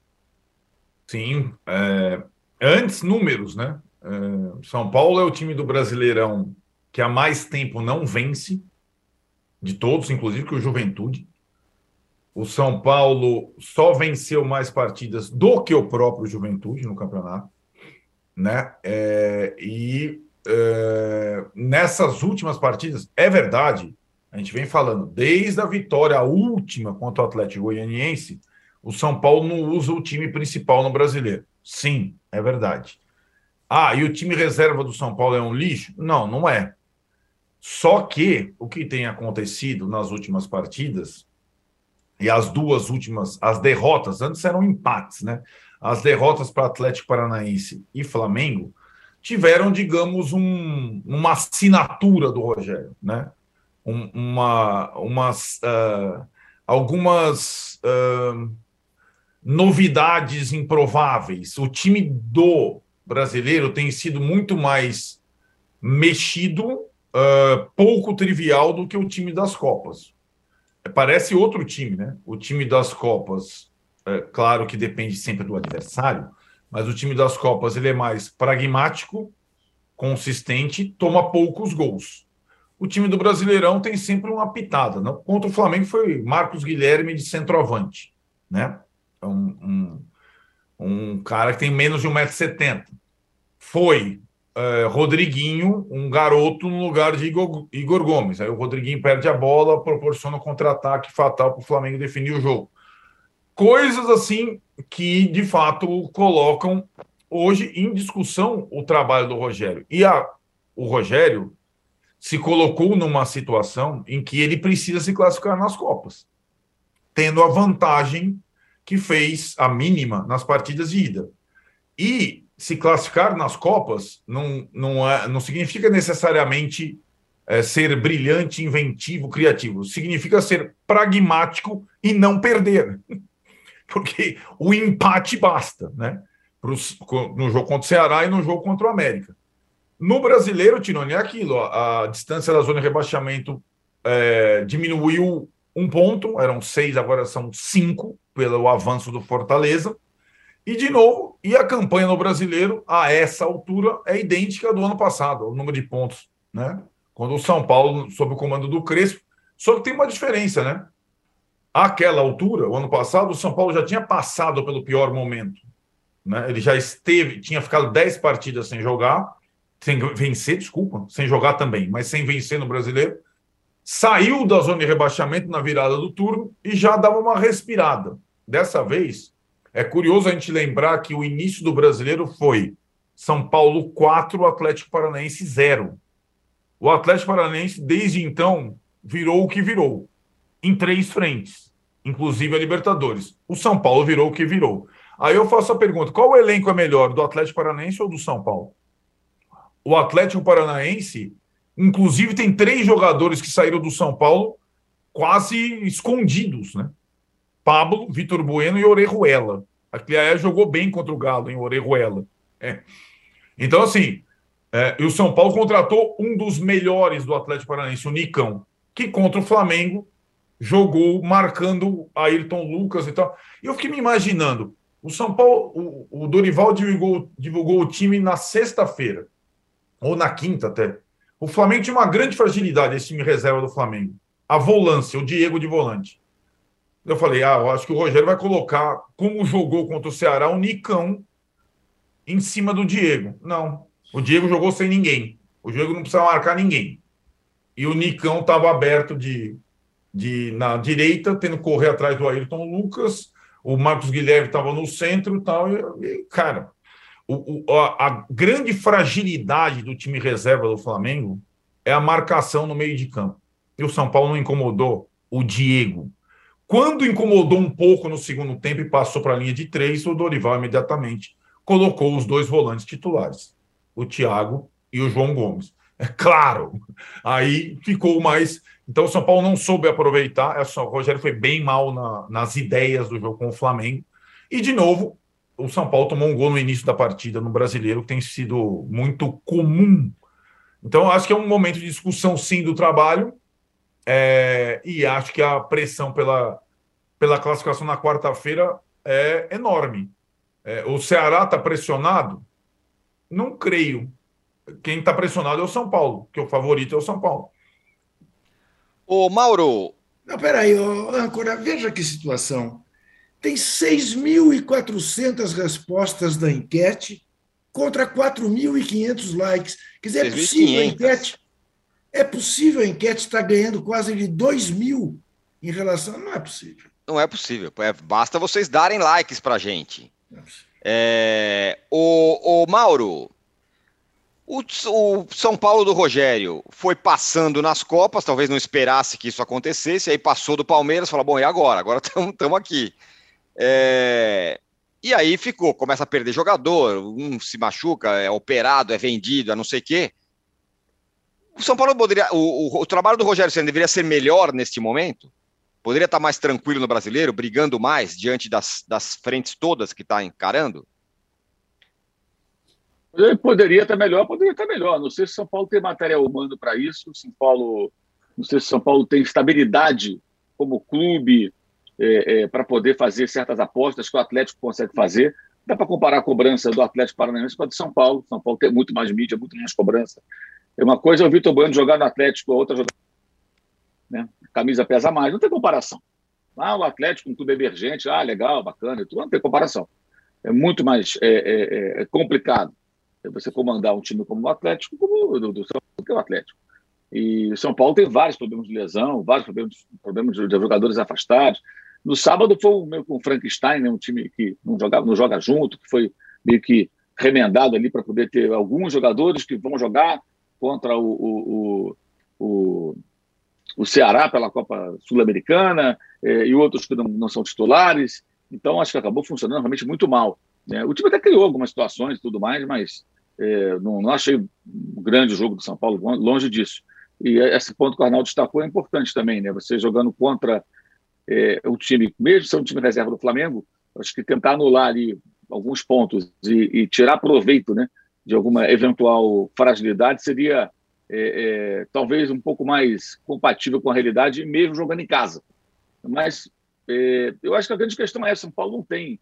Sim. É, antes, números, né? É, São Paulo é o time do Brasileirão que há mais tempo não vence, de todos, inclusive que o Juventude. O São Paulo só venceu mais partidas do que o próprio Juventude no campeonato, né? É, e é, nessas últimas partidas, é verdade, a gente vem falando, desde a vitória última contra o Atlético Goianiense, o São Paulo não usa o time principal no Brasileiro. Sim, é verdade. Ah, e o time reserva do São Paulo é um lixo? Não, não é. Só que o que tem acontecido nas últimas partidas, e as duas últimas, as derrotas, antes eram empates, né? As derrotas para Atlético Paranaense e Flamengo tiveram, digamos, um, uma assinatura do Rogério, né? Um, uma, umas, uh, algumas uh, novidades improváveis. O time do brasileiro tem sido muito mais mexido, uh, pouco trivial do que o time das Copas. Parece outro time, né? O time das Copas, é, claro que depende sempre do adversário, mas o time das Copas ele é mais pragmático, consistente, toma poucos gols. O time do Brasileirão tem sempre uma pitada. Não? Contra o Flamengo foi Marcos Guilherme de centroavante, né? Um, um, um cara que tem menos de um metro e setenta. Foi é, Rodriguinho, um garoto no lugar de Igor, Igor Gomes. Aí o Rodriguinho perde a bola, proporciona um contra-ataque fatal para o Flamengo definir o jogo. Coisas assim que, de fato, colocam hoje em discussão o trabalho do Rogério. E a, o Rogério se colocou numa situação em que ele precisa se classificar nas Copas, tendo a vantagem que fez a mínima nas partidas de ida. E se classificar nas Copas não, não, é, não significa necessariamente é, ser brilhante, inventivo, criativo. Significa ser pragmático e não perder. Porque o empate basta, né? Pros, no jogo contra o Ceará e no jogo contra o América. No Brasileiro, Tironi, é aquilo. A, a distância da zona de rebaixamento é, diminuiu um ponto, eram seis, agora são cinco, pelo avanço do Fortaleza. E, de novo, e a campanha no Brasileiro, a essa altura, é idêntica à do ano passado, o número de pontos, né? Quando o São Paulo, sob o comando do Crespo, só que tem uma diferença, né? Àquela altura, o ano passado, o São Paulo já tinha passado pelo pior momento, né? Ele já esteve, tinha ficado dez partidas sem jogar, sem vencer, desculpa, sem jogar também, mas sem vencer no Brasileiro, saiu da zona de rebaixamento na virada do turno e já dava uma respirada. Dessa vez, é curioso a gente lembrar que o início do Brasileiro foi São Paulo quatro, Atlético Paranaense zero. O Atlético Paranaense, desde então, virou o que virou, em três frentes, inclusive a Libertadores. O São Paulo virou o que virou. Aí eu faço a pergunta, qual o elenco é melhor, do Atlético Paranaense ou do São Paulo? O Atlético Paranaense, inclusive, tem três jogadores que saíram do São Paulo quase escondidos, né? Pablo, Vitor Bueno e Orejuela. A Cliaé jogou bem contra o Galo, em Orejuela. É. Então, assim, é, e o São Paulo contratou um dos melhores do Atlético Paranaense, o Nicão, que contra o Flamengo jogou marcando Ayrton Lucas e tal. E eu fiquei me imaginando, o São Paulo, o, o Dorival divulgou, divulgou o time na sexta-feira, ou na quinta até. O Flamengo tinha uma grande fragilidade, esse time reserva do Flamengo. A volância, o Diego de volante. Eu falei, ah, eu acho que o Rogério vai colocar, como jogou contra o Ceará, o Nicão em cima do Diego. Não, o Diego jogou sem ninguém. O Diego não precisava marcar ninguém. E o Nicão estava aberto de, de, na direita, tendo que correr atrás do Ayrton Lucas. O Marcos Guilherme estava no centro e tal. E, cara, o, o, a, a grande fragilidade do time reserva do Flamengo é a marcação no meio de campo. E o São Paulo não incomodou o Diego. Quando incomodou um pouco no segundo tempo e passou para a linha de três, o Dorival imediatamente colocou os dois volantes titulares, o Thiago e o João Gomes. É claro, aí ficou mais... Então o São Paulo não soube aproveitar, o Rogério foi bem mal na, nas ideias do jogo com o Flamengo. E, de novo, o São Paulo tomou um gol no início da partida no Brasileiro, que tem sido muito comum. Então, acho que é um momento de discussão, sim, do trabalho. É, e acho que a pressão pela, pela classificação na quarta-feira é enorme. É, o Ceará está pressionado? Não creio. Quem está pressionado é o São Paulo, que o favorito é o São Paulo. Ô, Mauro... Não, peraí, ô, âncora, veja que situação. Tem seis mil e quatrocentas respostas da enquete contra quatro mil e quinhentos likes. Quer dizer, é possível a enquete... É possível a enquete estar ganhando quase de dois mil em relação... Não é possível. Não é possível. É, basta vocês darem likes para a gente. É, o, o Mauro, o, o São Paulo do Rogério foi passando nas Copas, talvez não esperasse que isso acontecesse, aí passou do Palmeiras, falou, bom, e agora? Agora estamos aqui. É, e aí ficou, começa a perder jogador, um se machuca, é operado, é vendido, é não sei o quê. O São Paulo poderia, o, o, o trabalho do Rogério Ceni deveria ser melhor neste momento? Poderia estar mais tranquilo no Brasileiro, brigando mais diante das, das frentes todas que está encarando? Ele poderia estar melhor, poderia estar melhor. Não sei se São Paulo tem material humano para isso. São Paulo, não sei se São Paulo tem estabilidade como clube é, é, para poder fazer certas apostas que o Atlético consegue fazer. Dá para comparar a cobrança do Atlético Paranaense com a de São Paulo. São Paulo tem muito mais mídia, muito mais cobrança. Uma coisa é o Vitor Bueno jogar no Atlético, a outra jogar, né? A camisa pesa mais, não tem comparação. Ah, o Atlético, um clube emergente, ah, legal, bacana, tudo, não tem comparação. É muito mais é, é, é complicado você comandar um time como o Atlético, como o do, do São Paulo, que é o Atlético. E o São Paulo tem vários problemas de lesão, vários problemas, problemas de, de jogadores afastados. No sábado foi meio com o Frankenstein, né? Um time que não, jogava, não joga junto, que foi meio que remendado ali para poder ter alguns jogadores que vão jogar contra o, o, o, o Ceará pela Copa Sul-Americana eh, e outros que não, não são titulares. Então, acho que acabou funcionando realmente muito mal, né? O time até criou algumas situações e tudo mais, mas eh, não, não achei um grande jogo do São Paulo, longe disso. E esse ponto que o Arnaldo destacou é importante também, né? Você jogando contra eh, o time, mesmo sendo um time reserva do Flamengo, acho que tentar anular ali alguns pontos e, e tirar proveito, né, de alguma eventual fragilidade seria é, é, talvez um pouco mais compatível com a realidade, mesmo jogando em casa. Mas é, eu acho que a grande questão é essa: São Paulo não tem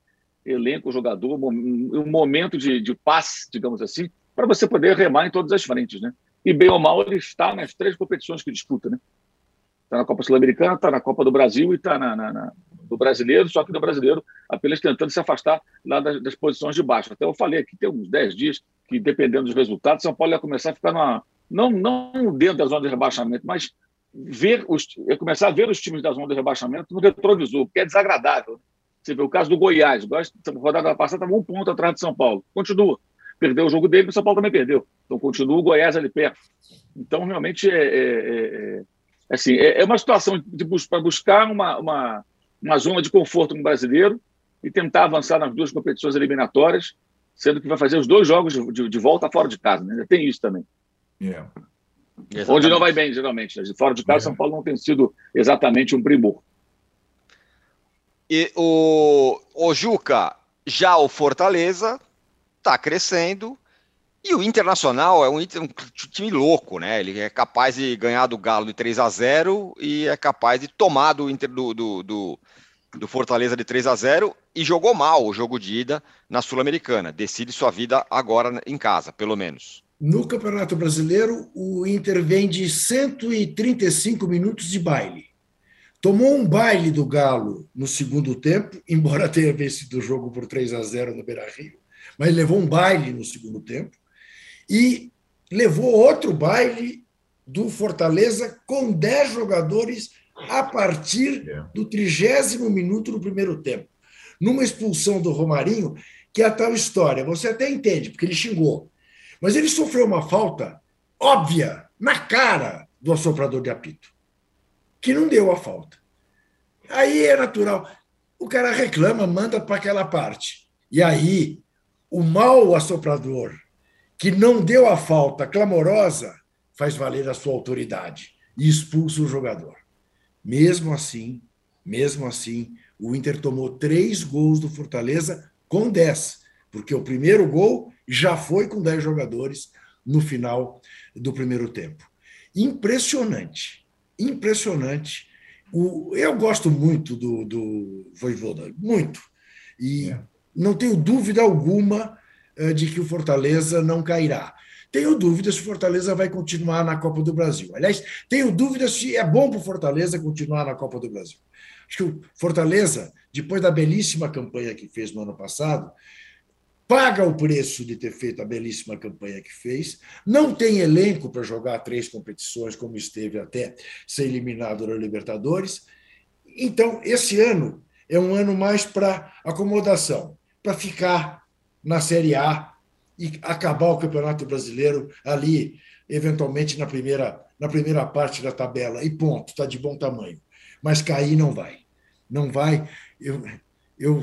elenco, jogador, um momento de, de passe, digamos assim, para você poder remar em todas as frentes, né? E bem ou mal, ele está nas três competições que disputa, né? Está na Copa Sul-Americana, está na Copa do Brasil e está na, na, na, do Brasileiro, só que do Brasileiro apenas tentando se afastar lá das, das posições de baixo. Até eu falei aqui, tem uns dez dias que, dependendo dos resultados, São Paulo ia começar a ficar numa, não, não dentro da zona de rebaixamento, mas ver os, ia começar a ver os times da zona de rebaixamento no retrovisor, porque é desagradável. Você vê o caso do Goiás. O Goiás, na rodada passada, estava um ponto atrás de São Paulo. Continua. Perdeu o jogo dele, o São Paulo também perdeu. Então, continua o Goiás ali perto. Então, realmente, é, é, é, assim, é uma situação de bus- para buscar uma, uma, uma zona de conforto no brasileiro e tentar avançar nas duas competições eliminatórias, sendo que vai fazer os dois jogos de, de, de volta fora de casa. Né? Tem isso também. Yeah. Onde não vai bem, geralmente. Né? De fora de casa, yeah. São Paulo não tem sido exatamente um primor. E o, o Juca, já o Fortaleza está crescendo e o Internacional é um, um time louco, né? Ele é capaz de ganhar do Galo de três a zero e é capaz de tomar do, Inter, do, do, do, do Fortaleza de três a zero e jogou mal o jogo de ida na Sul-Americana. Decide sua vida agora em casa, pelo menos. No Campeonato Brasileiro, o Inter vem de cento e trinta e cinco minutos de baile. Tomou um baile do Galo no segundo tempo, embora tenha vencido o jogo por três a zero no Beira-Rio, mas levou um baile no segundo tempo e levou outro baile do Fortaleza com dez jogadores a partir do trigésimo minuto do primeiro tempo, numa expulsão do Romarinho, que é a tal história. Você até entende, porque ele xingou, mas ele sofreu uma falta óbvia, na cara do assoprador de apito, que não deu a falta. Aí é natural. O cara reclama, manda para aquela parte. E aí, o mau assoprador, que não deu a falta clamorosa, faz valer a sua autoridade e expulsa o jogador. Mesmo assim, mesmo assim, o Inter tomou três gols do Fortaleza com dez, porque o primeiro gol já foi com dez jogadores no final do primeiro tempo. Impressionante. Impressionante. O, eu gosto muito do, do Vojvoda, muito. E é. não tenho dúvida alguma uh, de que o Fortaleza não cairá. Tenho dúvida se o Fortaleza vai continuar na Copa do Brasil. Aliás, tenho dúvida se é bom para o Fortaleza continuar na Copa do Brasil. Acho que o Fortaleza, depois da belíssima campanha que fez no ano passado, paga o preço de ter feito a belíssima campanha que fez, não tem elenco para jogar três competições, como esteve até ser eliminado na Libertadores. Então, esse ano é um ano mais para acomodação, para ficar na Série A e acabar o Campeonato Brasileiro ali, eventualmente, na primeira, na primeira parte da tabela. E ponto, está de bom tamanho. Mas cair não vai. Não vai. Eu, eu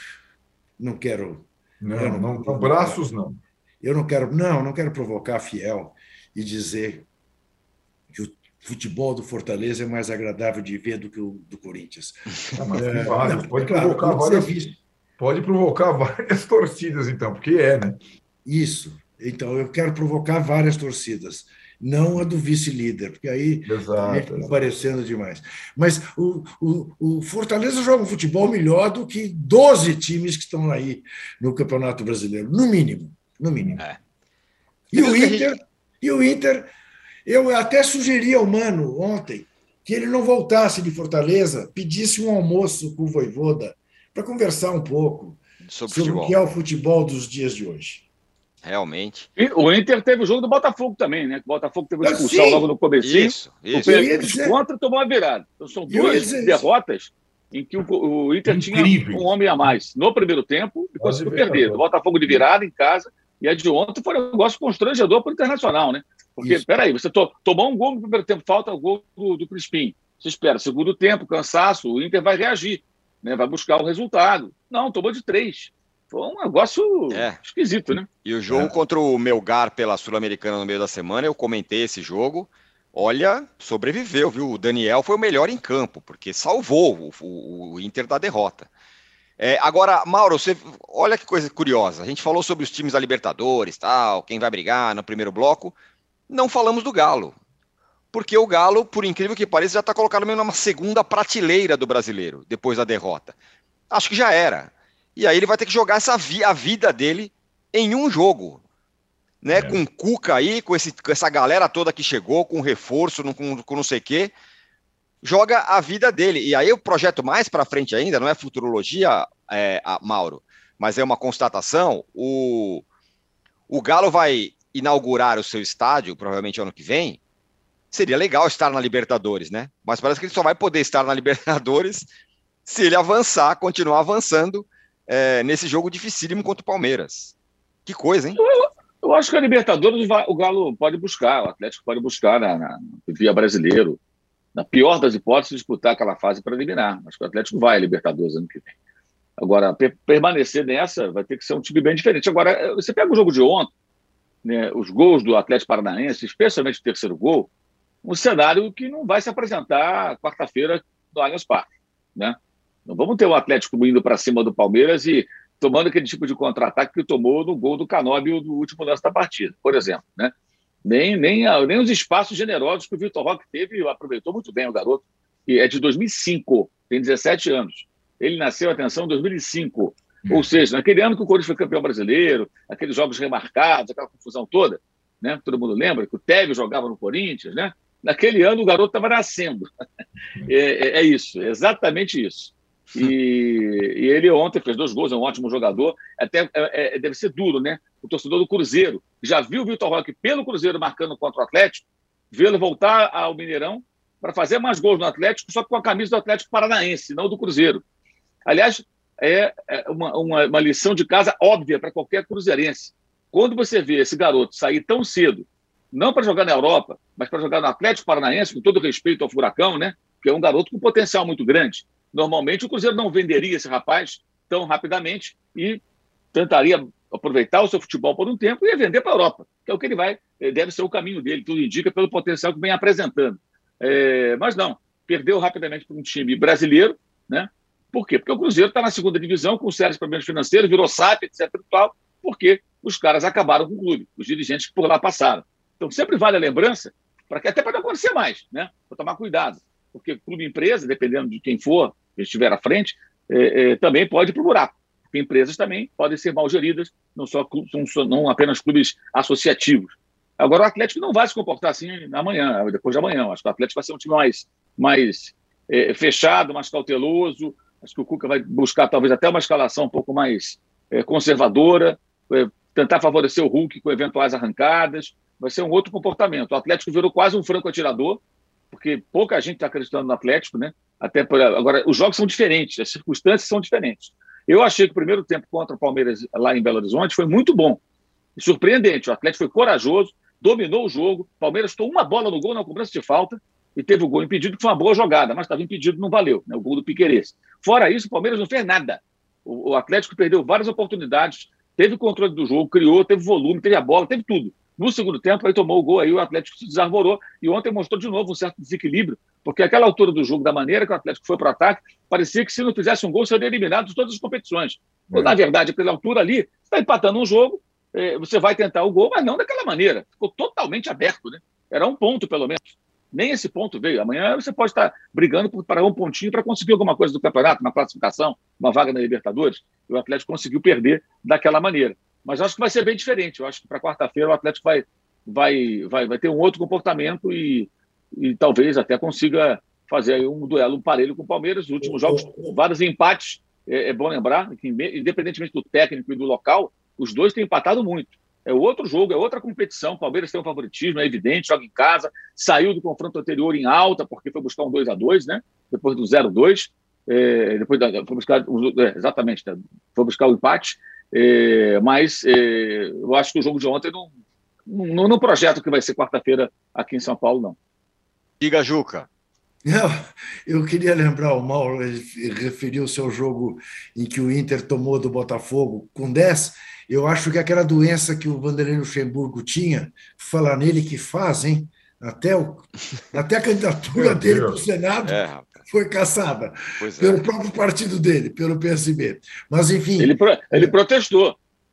não quero... Não, não, não, não braços não. Eu não quero, não, não quero provocar a Fiel e dizer que o futebol do Fortaleza é mais agradável de ver do que o do Corinthians. Ah, mas é, vários, não, pode, claro, provocar várias, pode provocar várias torcidas, então, porque é, né? Isso. Então, eu quero provocar várias torcidas. Não a do vice-líder, porque aí está parecendo demais. Mas o, o, o Fortaleza joga um futebol melhor do que doze times que estão aí no Campeonato Brasileiro, no mínimo. No mínimo. É. E, o Inter, gente... e o Inter, eu até sugeri ao Mano ontem que ele não voltasse de Fortaleza, pedisse um almoço com o Vojvoda para conversar um pouco sobre, sobre o que é o futebol dos dias de hoje. Realmente. E o Inter teve o jogo do Botafogo também, né? O Botafogo teve uma expulsão logo no comecinho. Isso, isso. O dizer... contra tomou uma virada. Então são duas derrotas isso. em que o, o Inter Incrível. tinha um homem a mais no primeiro tempo e conseguiu perder. O Botafogo de virada em casa e a de ontem foi um negócio constrangedor para o Internacional, né? Porque, isso. peraí, você to, tomou um gol no primeiro tempo, falta o gol do, do Crispim. Você espera, segundo tempo, cansaço, o Inter vai reagir, né? Vai buscar o resultado. Não, tomou de três. Foi um negócio é. esquisito, né? E o jogo é. contra o Melgar pela Sul-Americana no meio da semana, eu comentei esse jogo. Olha, sobreviveu, viu? O Daniel foi o melhor em campo, porque salvou o, o, o Inter da derrota. É, agora, Mauro, você, olha que coisa curiosa. A gente falou sobre os times da Libertadores, tal, quem vai brigar no primeiro bloco. Não falamos do Galo. Porque o Galo, por incrível que pareça, já está colocado mesmo numa segunda prateleira do brasileiro, depois da derrota. Acho que já era. E aí ele vai ter que jogar essa vi- a vida dele em um jogo. Né? É. Com o Cuca aí, com, esse, com essa galera toda que chegou, com reforço, com, com não sei o quê. Joga a vida dele. E aí o projeto mais para frente ainda, não é futurologia, é, a, Mauro, mas é uma constatação. O, o Galo vai inaugurar o seu estádio, provavelmente ano que vem. Seria legal estar na Libertadores, né? Mas parece que ele só vai poder estar na Libertadores se ele avançar, continuar avançando é, nesse jogo dificílimo contra o Palmeiras. Que coisa, hein? Eu, eu acho que a Libertadores vai, o Galo pode buscar, o Atlético pode buscar na, na via brasileiro. Na pior das hipóteses, disputar aquela fase preliminar. Acho que o Atlético vai à Libertadores ano que vem. Agora, per- permanecer nessa vai ter que ser um time bem diferente. Agora, você pega o jogo de ontem, né, os gols do Atlético Paranaense, especialmente o terceiro gol, um cenário que não vai se apresentar quarta-feira no Allianz Parque. Né? Não vamos ter o Atlético indo para cima do Palmeiras e tomando aquele tipo de contra-ataque que tomou no gol do Canóbio no último lance da partida, por exemplo. Né? Nem, nem, nem os espaços generosos que o Vitor Roque teve, aproveitou muito bem o garoto, que é de dois mil e cinco, tem dezessete anos. Ele nasceu, atenção, em dois mil e cinco. Ou seja, naquele ano que o Corinthians foi campeão brasileiro, aqueles jogos remarcados, aquela confusão toda, né? Todo mundo lembra que o Tevez jogava no Corinthians, né? Naquele ano o garoto estava nascendo. É, é, é isso, é exatamente isso. E, e ele ontem fez dois gols, é um ótimo jogador. Até é, é, deve ser duro, né? O torcedor do Cruzeiro já viu o Vitor Roque pelo Cruzeiro marcando contra o Atlético, vê-lo voltar ao Mineirão para fazer mais gols no Atlético, só que com a camisa do Atlético Paranaense, não do Cruzeiro. Aliás, é uma, uma, uma lição de casa óbvia para qualquer cruzeirense. Quando você vê esse garoto sair tão cedo, não para jogar na Europa, mas para jogar no Atlético Paranaense, com todo respeito ao Furacão, né? Que é um garoto com potencial muito grande. Normalmente o Cruzeiro não venderia esse rapaz tão rapidamente e tentaria aproveitar o seu futebol por um tempo e vender para a Europa, que é o que ele vai, deve ser o caminho dele, tudo indica pelo potencial que vem apresentando. É, mas não, perdeu rapidamente para um time brasileiro, né? Por quê? Porque o Cruzeiro está na segunda divisão com sérios problemas financeiros, virou S A P, etc e tal, porque os caras acabaram com o clube, os dirigentes que por lá passaram. Então sempre vale a lembrança, para que até para não acontecer mais, né? Para tomar cuidado, porque clube-empresa, dependendo de quem for, que estiver à frente, é, é, também pode ir para o buraco. Porque empresas também podem ser mal geridas, não, só, não, não apenas clubes associativos. Agora, o Atlético não vai se comportar assim amanhã, depois de amanhã. Acho que o Atlético vai ser um time mais, mais é, fechado, mais cauteloso. Acho que o Cuca vai buscar talvez até uma escalação um pouco mais é, conservadora, é, tentar favorecer o Hulk com eventuais arrancadas. Vai ser um outro comportamento. O Atlético virou quase um franco atirador, porque pouca gente está acreditando no Atlético, né? Até por, agora, os jogos são diferentes, as circunstâncias são diferentes. Eu achei que o primeiro tempo contra o Palmeiras lá em Belo Horizonte foi muito bom, surpreendente. O Atlético foi corajoso, dominou o jogo. O Palmeiras tomou uma bola no gol na cobrança de falta e teve o gol impedido, que foi uma boa jogada, mas estava impedido, não valeu, né? O gol do Piquerez. Fora isso, o Palmeiras não fez nada. O, o Atlético perdeu várias oportunidades, teve controle do jogo, criou, teve volume, teve a bola, teve tudo. No segundo tempo, aí tomou o gol, aí o Atlético se desarvorou e ontem mostrou de novo um certo desequilíbrio, porque aquela altura do jogo, da maneira que o Atlético foi para o ataque, parecia que se não fizesse um gol, seria eliminado de todas as competições. É. Na verdade, pela altura ali, você está empatando um jogo, você vai tentar o gol, mas não daquela maneira. Ficou totalmente aberto, né? Era um ponto, pelo menos. Nem esse ponto veio. Amanhã você pode estar brigando por parar um pontinho para conseguir alguma coisa do campeonato, uma classificação, uma vaga na Libertadores. E o Atlético conseguiu perder daquela maneira. Mas acho que vai ser bem diferente. Eu acho que para quarta-feira o Atlético vai, vai, vai, vai ter um outro comportamento e, e talvez até consiga fazer aí um duelo, um parelho com o Palmeiras. Os últimos jogos, vários empates. É, é bom lembrar que, independentemente do técnico e do local, os dois têm empatado muito. É outro jogo, é outra competição. O Palmeiras tem um favoritismo, é evidente, joga em casa, saiu do confronto anterior em alta, porque foi buscar um dois a dois, né? Depois do zero a dois. É, depois da, foi buscar, é, exatamente, foi buscar o empate. É, mas é, eu acho que o jogo de ontem não, não, não projeta que vai ser quarta-feira aqui em São Paulo, não. Diga, Juca. Não, eu queria lembrar, o Mauro referiu o seu jogo em que o Inter tomou do Botafogo com dez. Eu acho que aquela doença que o Vanderlei Luxemburgo tinha, falar nele que faz, hein? Até, o, até a candidatura dele para o Senado é, foi caçada pois pelo é. próprio partido dele, pelo P S B. Mas, enfim... Ele, pro, ele protestou.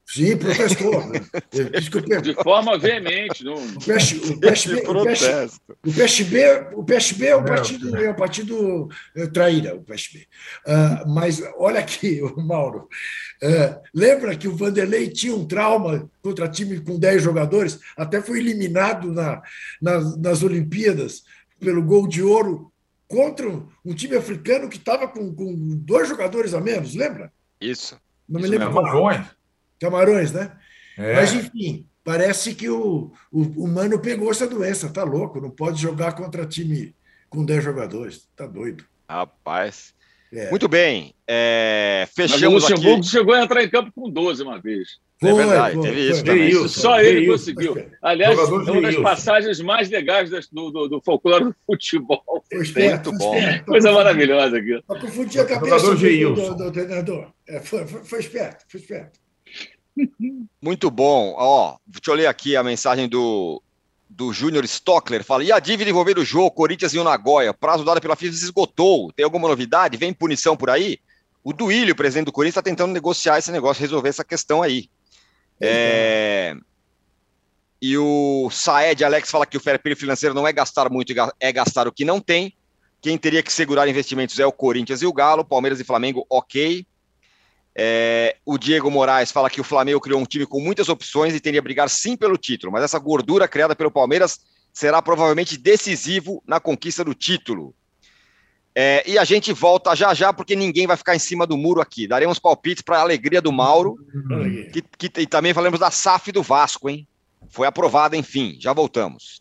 Sim, protestou. Né? De forma veemente. Não... O P S B, o P S B, o P S B, o P S B, o P S B é o partido, é o partido traíra, o P S B. Uh, mas olha aqui, Mauro, uh, lembra que o Vanderlei tinha um trauma contra time com dez jogadores, até foi eliminado na, nas, nas Olimpíadas pelo gol de ouro contra um time africano que estava com, com dois jogadores a menos, lembra? Isso. Não Isso me lembro. Camarões. Camarões, né? É. Mas, enfim, parece que o, o, o Mano pegou essa doença, tá louco, não pode jogar contra time com dez jogadores, tá doido. Rapaz. É. Muito bem, é... fechamos Mas o Luxemburgo aqui. chegou a entrar em campo com doze uma vez. Foi, é verdade, foi, teve foi, isso foi. também. Geilson, Só ele Geilson. conseguiu. Aliás, Jogador é uma das Geilson. passagens mais legais do, do, do folclore do futebol. Foi esperto, Muito foi bom. esperto. Coisa maravilhosa aqui. Para confundir a cabeça Jogador do, Geilson. do, do, do treinador. É, foi, foi, foi esperto, foi esperto. Muito bom. Ó, deixa eu ler aqui a mensagem do, do Júnior Stockler. Fala, e a dívida envolvendo o jogo, Corinthians e o Nagoya? Prazo dado pela FIFA se esgotou. Tem alguma novidade? Vem punição por aí? O Duílio, presidente do Corinthians, está tentando negociar esse negócio, resolver essa questão aí. É... E o Saed Alex fala que o fair play financeiro não é gastar muito, é gastar o que não tem. Quem teria que segurar investimentos é o Corinthians e o Galo. Palmeiras e Flamengo, ok. É, o Diego Moraes fala que o Flamengo criou um time com muitas opções e teria a brigar sim pelo título, mas essa gordura criada pelo Palmeiras será provavelmente decisivo na conquista do título. É, e a gente volta já já, porque ninguém vai ficar em cima do muro aqui. Daremos palpites para a alegria do Mauro, que, que, e também falamos da S A F do Vasco, hein? Foi aprovada, enfim. Já voltamos.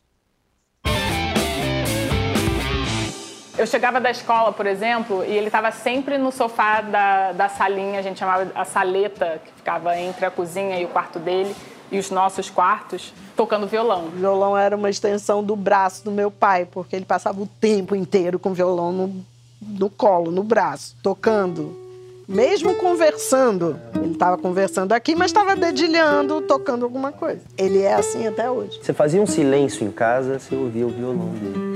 Eu chegava da escola, por exemplo, e ele estava sempre no sofá da, da salinha, a gente chamava a saleta, que ficava entre a cozinha e o quarto dele, e os nossos quartos, tocando violão. O violão era uma extensão do braço do meu pai, porque ele passava o tempo inteiro com o violão no, no colo, no braço, tocando. Mesmo conversando, ele estava conversando aqui, mas estava dedilhando, tocando alguma coisa. Ele é assim até hoje. Você fazia um silêncio em casa, você ouvia o violão dele.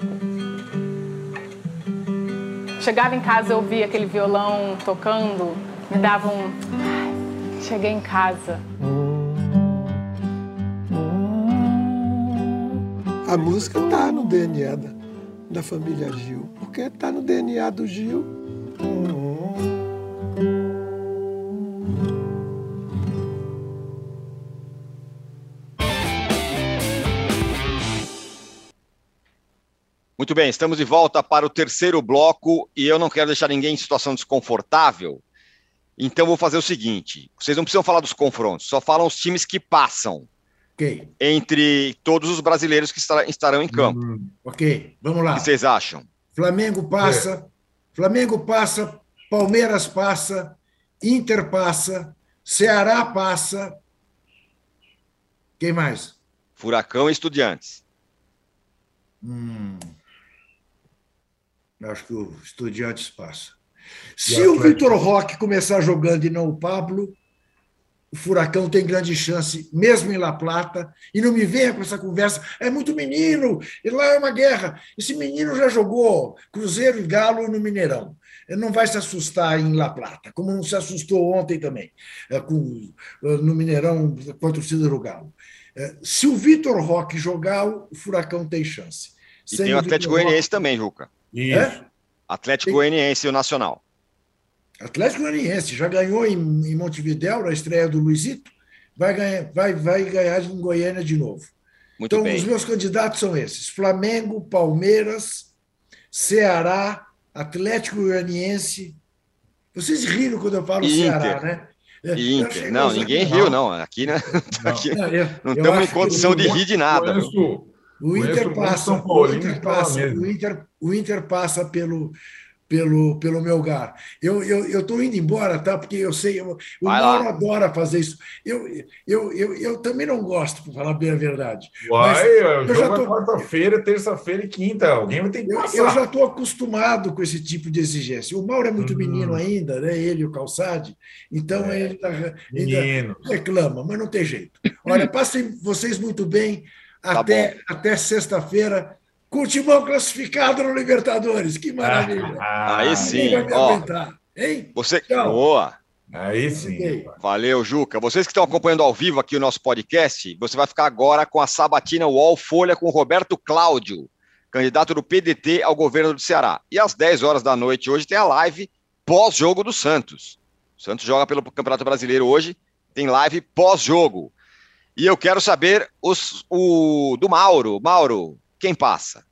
Chegava em casa, eu ouvia aquele violão tocando, me dava um... Ai, cheguei em casa. A música está no D N A da, da família Gil, porque está no D N A do Gil. Muito bem, estamos de volta para o terceiro bloco e eu não quero deixar ninguém em situação desconfortável, então vou fazer o seguinte, vocês não precisam falar dos confrontos, só falam os times que passam okay. entre todos os brasileiros que estarão em campo. Hum, ok, vamos lá. O que vocês acham? Flamengo passa, é. Flamengo passa, Palmeiras passa, Inter passa, Ceará passa, quem mais? Furacão e Estudiantes. Hum... Acho que o Estudiantes passa. Se o Vitor Roque começar jogando e não o Pablo, o Furacão tem grande chance, mesmo em La Plata. E não me venha com essa conversa, é muito menino, e lá é uma guerra. Esse menino já jogou Cruzeiro e Galo no Mineirão. Ele não vai se assustar em La Plata, como não se assustou ontem também, com, no Mineirão com a torcida do Galo. Se o Vitor Roque jogar, o Furacão tem chance. E Sem tem o Atlético Goianiense também, Juca. Isso. É? Atlético tem... Goianiense e o Nacional. Atlético Goianiense já ganhou em, em Montevidéu, na estreia do Luizito, vai ganhar, vai, vai ganhar em Goiânia de novo. Muito então, bem. Os meus candidatos são esses: Flamengo, Palmeiras, Ceará, Atlético Goianiense. Vocês riram quando eu falo Inter. Ceará, né? Inter. Não, ninguém riu, não. Aqui né? não, aqui, não, eu, não eu estamos em condição de rir de nada. O Inter passa, o Inter passa, o Inter, o Inter passa pelo, pelo, pelo Melgar. Eu eu eu estou indo embora, tá? Porque eu sei, eu, o Mauro adora fazer isso. Eu, eu, eu, eu também não gosto, para falar bem a verdade. Uai, eu já tô quarta-feira, terça-feira e quinta. Alguém vai ter que passar. Eu, eu já estou acostumado com esse tipo de exigência. O Mauro é muito hum. menino ainda, né? Ele e o Calçade. Então é, ele ainda, ainda reclama, mas não tem jeito. Olha, passem vocês muito bem. Até, tá até sexta-feira, com o Timão classificado no Libertadores. Que maravilha. Ah, aí sim. Ó, hein? Você... Boa. Aí sim. Ok. Valeu, Juca. Vocês que estão acompanhando ao vivo aqui o nosso podcast, você vai ficar agora com a sabatina U O L Folha com o Roberto Cláudio, candidato do P D T ao governo do Ceará. E às dez horas da noite hoje tem a live pós-jogo do Santos. O Santos joga pelo Campeonato Brasileiro hoje, tem live pós-jogo. E eu quero saber os, o do Mauro. Mauro, quem passa?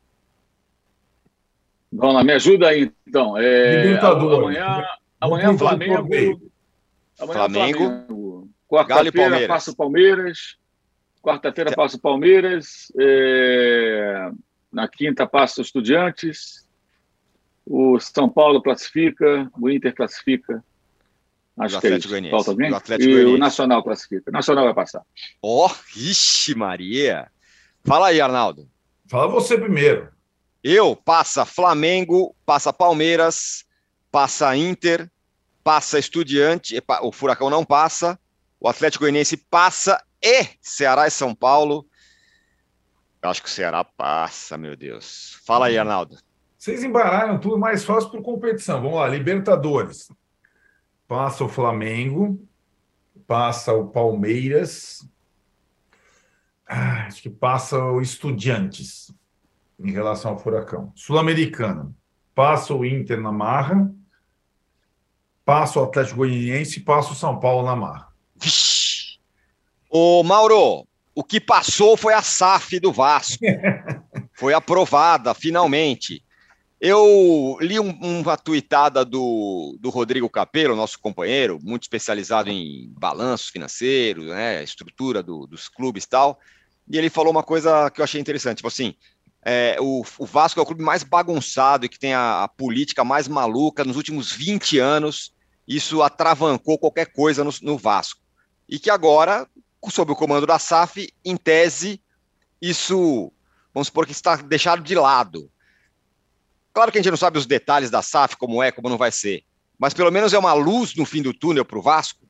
Vamos lá, me ajuda aí, então. É, Libertadores. amanhã, amanhã Vamos Flamengo. Flamengo. Amanhã Flamengo. Flamengo. Galo e Quarta-feira Palmeiras. passa o Palmeiras. Quarta-feira passa o Palmeiras. É, na quinta passa o Estudiantes. O São Paulo classifica. O Inter classifica. Acho O que é Atlético isso. Goianiense. Falta alguém? O Atlético E Goianiense. o Nacional classifica. O Nacional vai passar. Ó, oh, ixi Maria. Fala aí, Arnaldo. Fala você primeiro. Eu, passa Flamengo, passa Palmeiras, passa Inter, passa Estudiante, o Furacão não passa, o Atlético Goianiense passa e Ceará e São Paulo. Eu acho que o Ceará passa, meu Deus. Fala aí, Arnaldo. Vocês embaralham tudo mais fácil por competição. Vamos lá, Libertadores. Passa o Flamengo, passa o Palmeiras, ah, acho que passa o Estudiantes em relação ao Furacão. Sul-Americano, passa o Inter na marra, passa o Atlético Goianiense e passa o São Paulo na marra. Vixe. Ô, Mauro, o que passou foi a S A F do Vasco. Foi aprovada, finalmente. Eu li um, uma tuitada do, do Rodrigo Capello, nosso companheiro, muito especializado em balanços financeiros, né, estrutura do, dos clubes e tal, e ele falou uma coisa que eu achei interessante, tipo assim, é, o, o Vasco é o clube mais bagunçado e que tem a, a política mais maluca nos últimos vinte anos, isso atravancou qualquer coisa no, no Vasco, e que agora, sob o comando da S A F, em tese, isso, vamos supor que está deixado de lado. Claro que a gente não sabe os detalhes da S A F, como é, como não vai ser, mas pelo menos é uma luz no fim do túnel para o Vasco?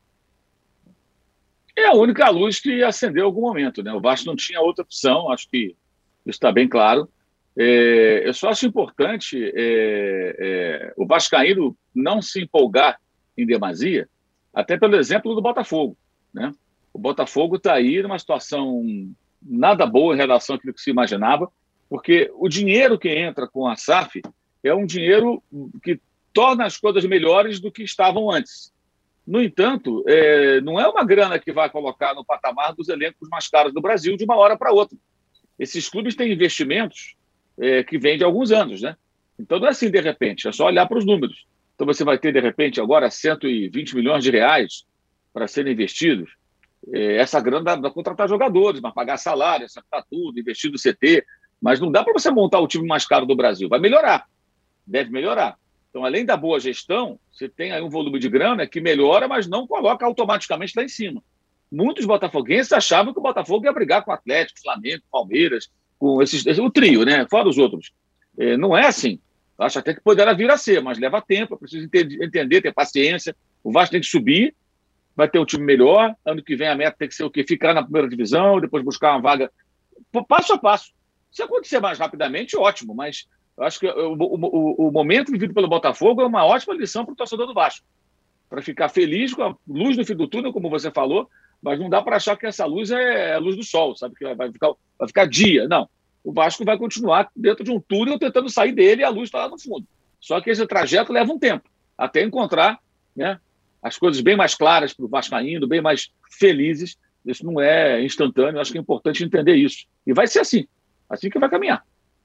É a única luz que acendeu em algum momento, né? O Vasco não tinha outra opção, acho que isso está bem claro. É, eu só acho importante é, é, o vascaíno não se empolgar em demasia, até pelo exemplo do Botafogo, né? O Botafogo está aí numa situação nada boa em relação àquilo que se imaginava, porque o dinheiro que entra com a S A F é um dinheiro que torna as coisas melhores do que estavam antes. No entanto, é, não é uma grana que vai colocar no patamar dos elencos mais caros do Brasil de uma hora para outra. Esses clubes têm investimentos é, que vêm de alguns anos, né? Então não é assim de repente, é só olhar para os números. Então você vai ter, de repente, agora cento e vinte milhões de reais para serem investidos. É, essa grana dá para contratar jogadores, para pagar salário, acertar tudo, investir no C T, mas não dá para você montar o time mais caro do Brasil. Vai melhorar, deve melhorar. Então, além da boa gestão, você tem aí um volume de grana que melhora, mas não coloca automaticamente lá em cima. Muitos botafoguenses achavam que o Botafogo ia brigar com o Atlético, Flamengo, Palmeiras, com esses, o trio, né? Fora os outros. É, não é assim. Acho até que poderá vir a ser, mas leva tempo, é preciso entender, ter paciência. O Vasco tem que subir, vai ter um time melhor. Ano que vem a meta tem que ser o quê? Ficar na primeira divisão, depois buscar uma vaga passo a passo. Se acontecer mais rapidamente, ótimo, mas eu acho que o, o, o momento vivido pelo Botafogo é uma ótima lição para o torcedor do Vasco, para ficar feliz com a luz no fim do túnel, como você falou, mas não dá para achar que essa luz é a luz do sol, sabe? Que vai ficar, vai ficar dia. Não. O Vasco vai continuar dentro de um túnel tentando sair dele e a luz está lá no fundo. Só que esse trajeto leva um tempo, até encontrar, né, as coisas bem mais claras para o vascaíno, bem mais felizes. Isso não é instantâneo, acho que é importante entender isso. E vai ser assim, assim que vai caminhar.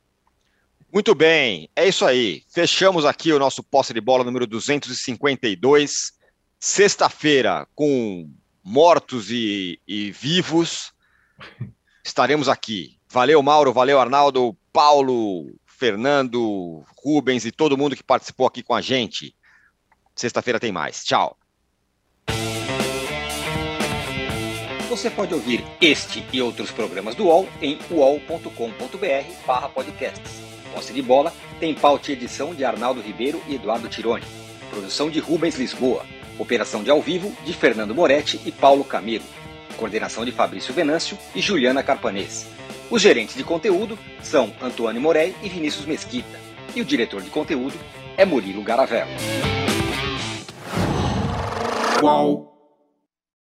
Muito bem, é isso aí. Fechamos aqui o nosso Posse de Bola número duzentos e cinquenta e dois. Sexta-feira, com mortos e, e vivos, estaremos aqui. Valeu, Mauro, valeu, Arnaldo, Paulo, Fernando, Rubens e todo mundo que participou aqui com a gente. Sexta-feira tem mais. Tchau. Você pode ouvir este e outros programas do U O L em uol ponto com ponto br barra podcasts. Posse de Bola tem pauta e edição de Arnaldo Ribeiro e Eduardo Tironi. Produção de Rubens Lisboa. Operação de ao vivo de Fernando Moretti e Paulo Camilo. Coordenação de Fabrício Venâncio e Juliana Carpanês. Os gerentes de conteúdo são Antônio Morei e Vinícius Mesquita. E o diretor de conteúdo é Murilo Garavello. Uau.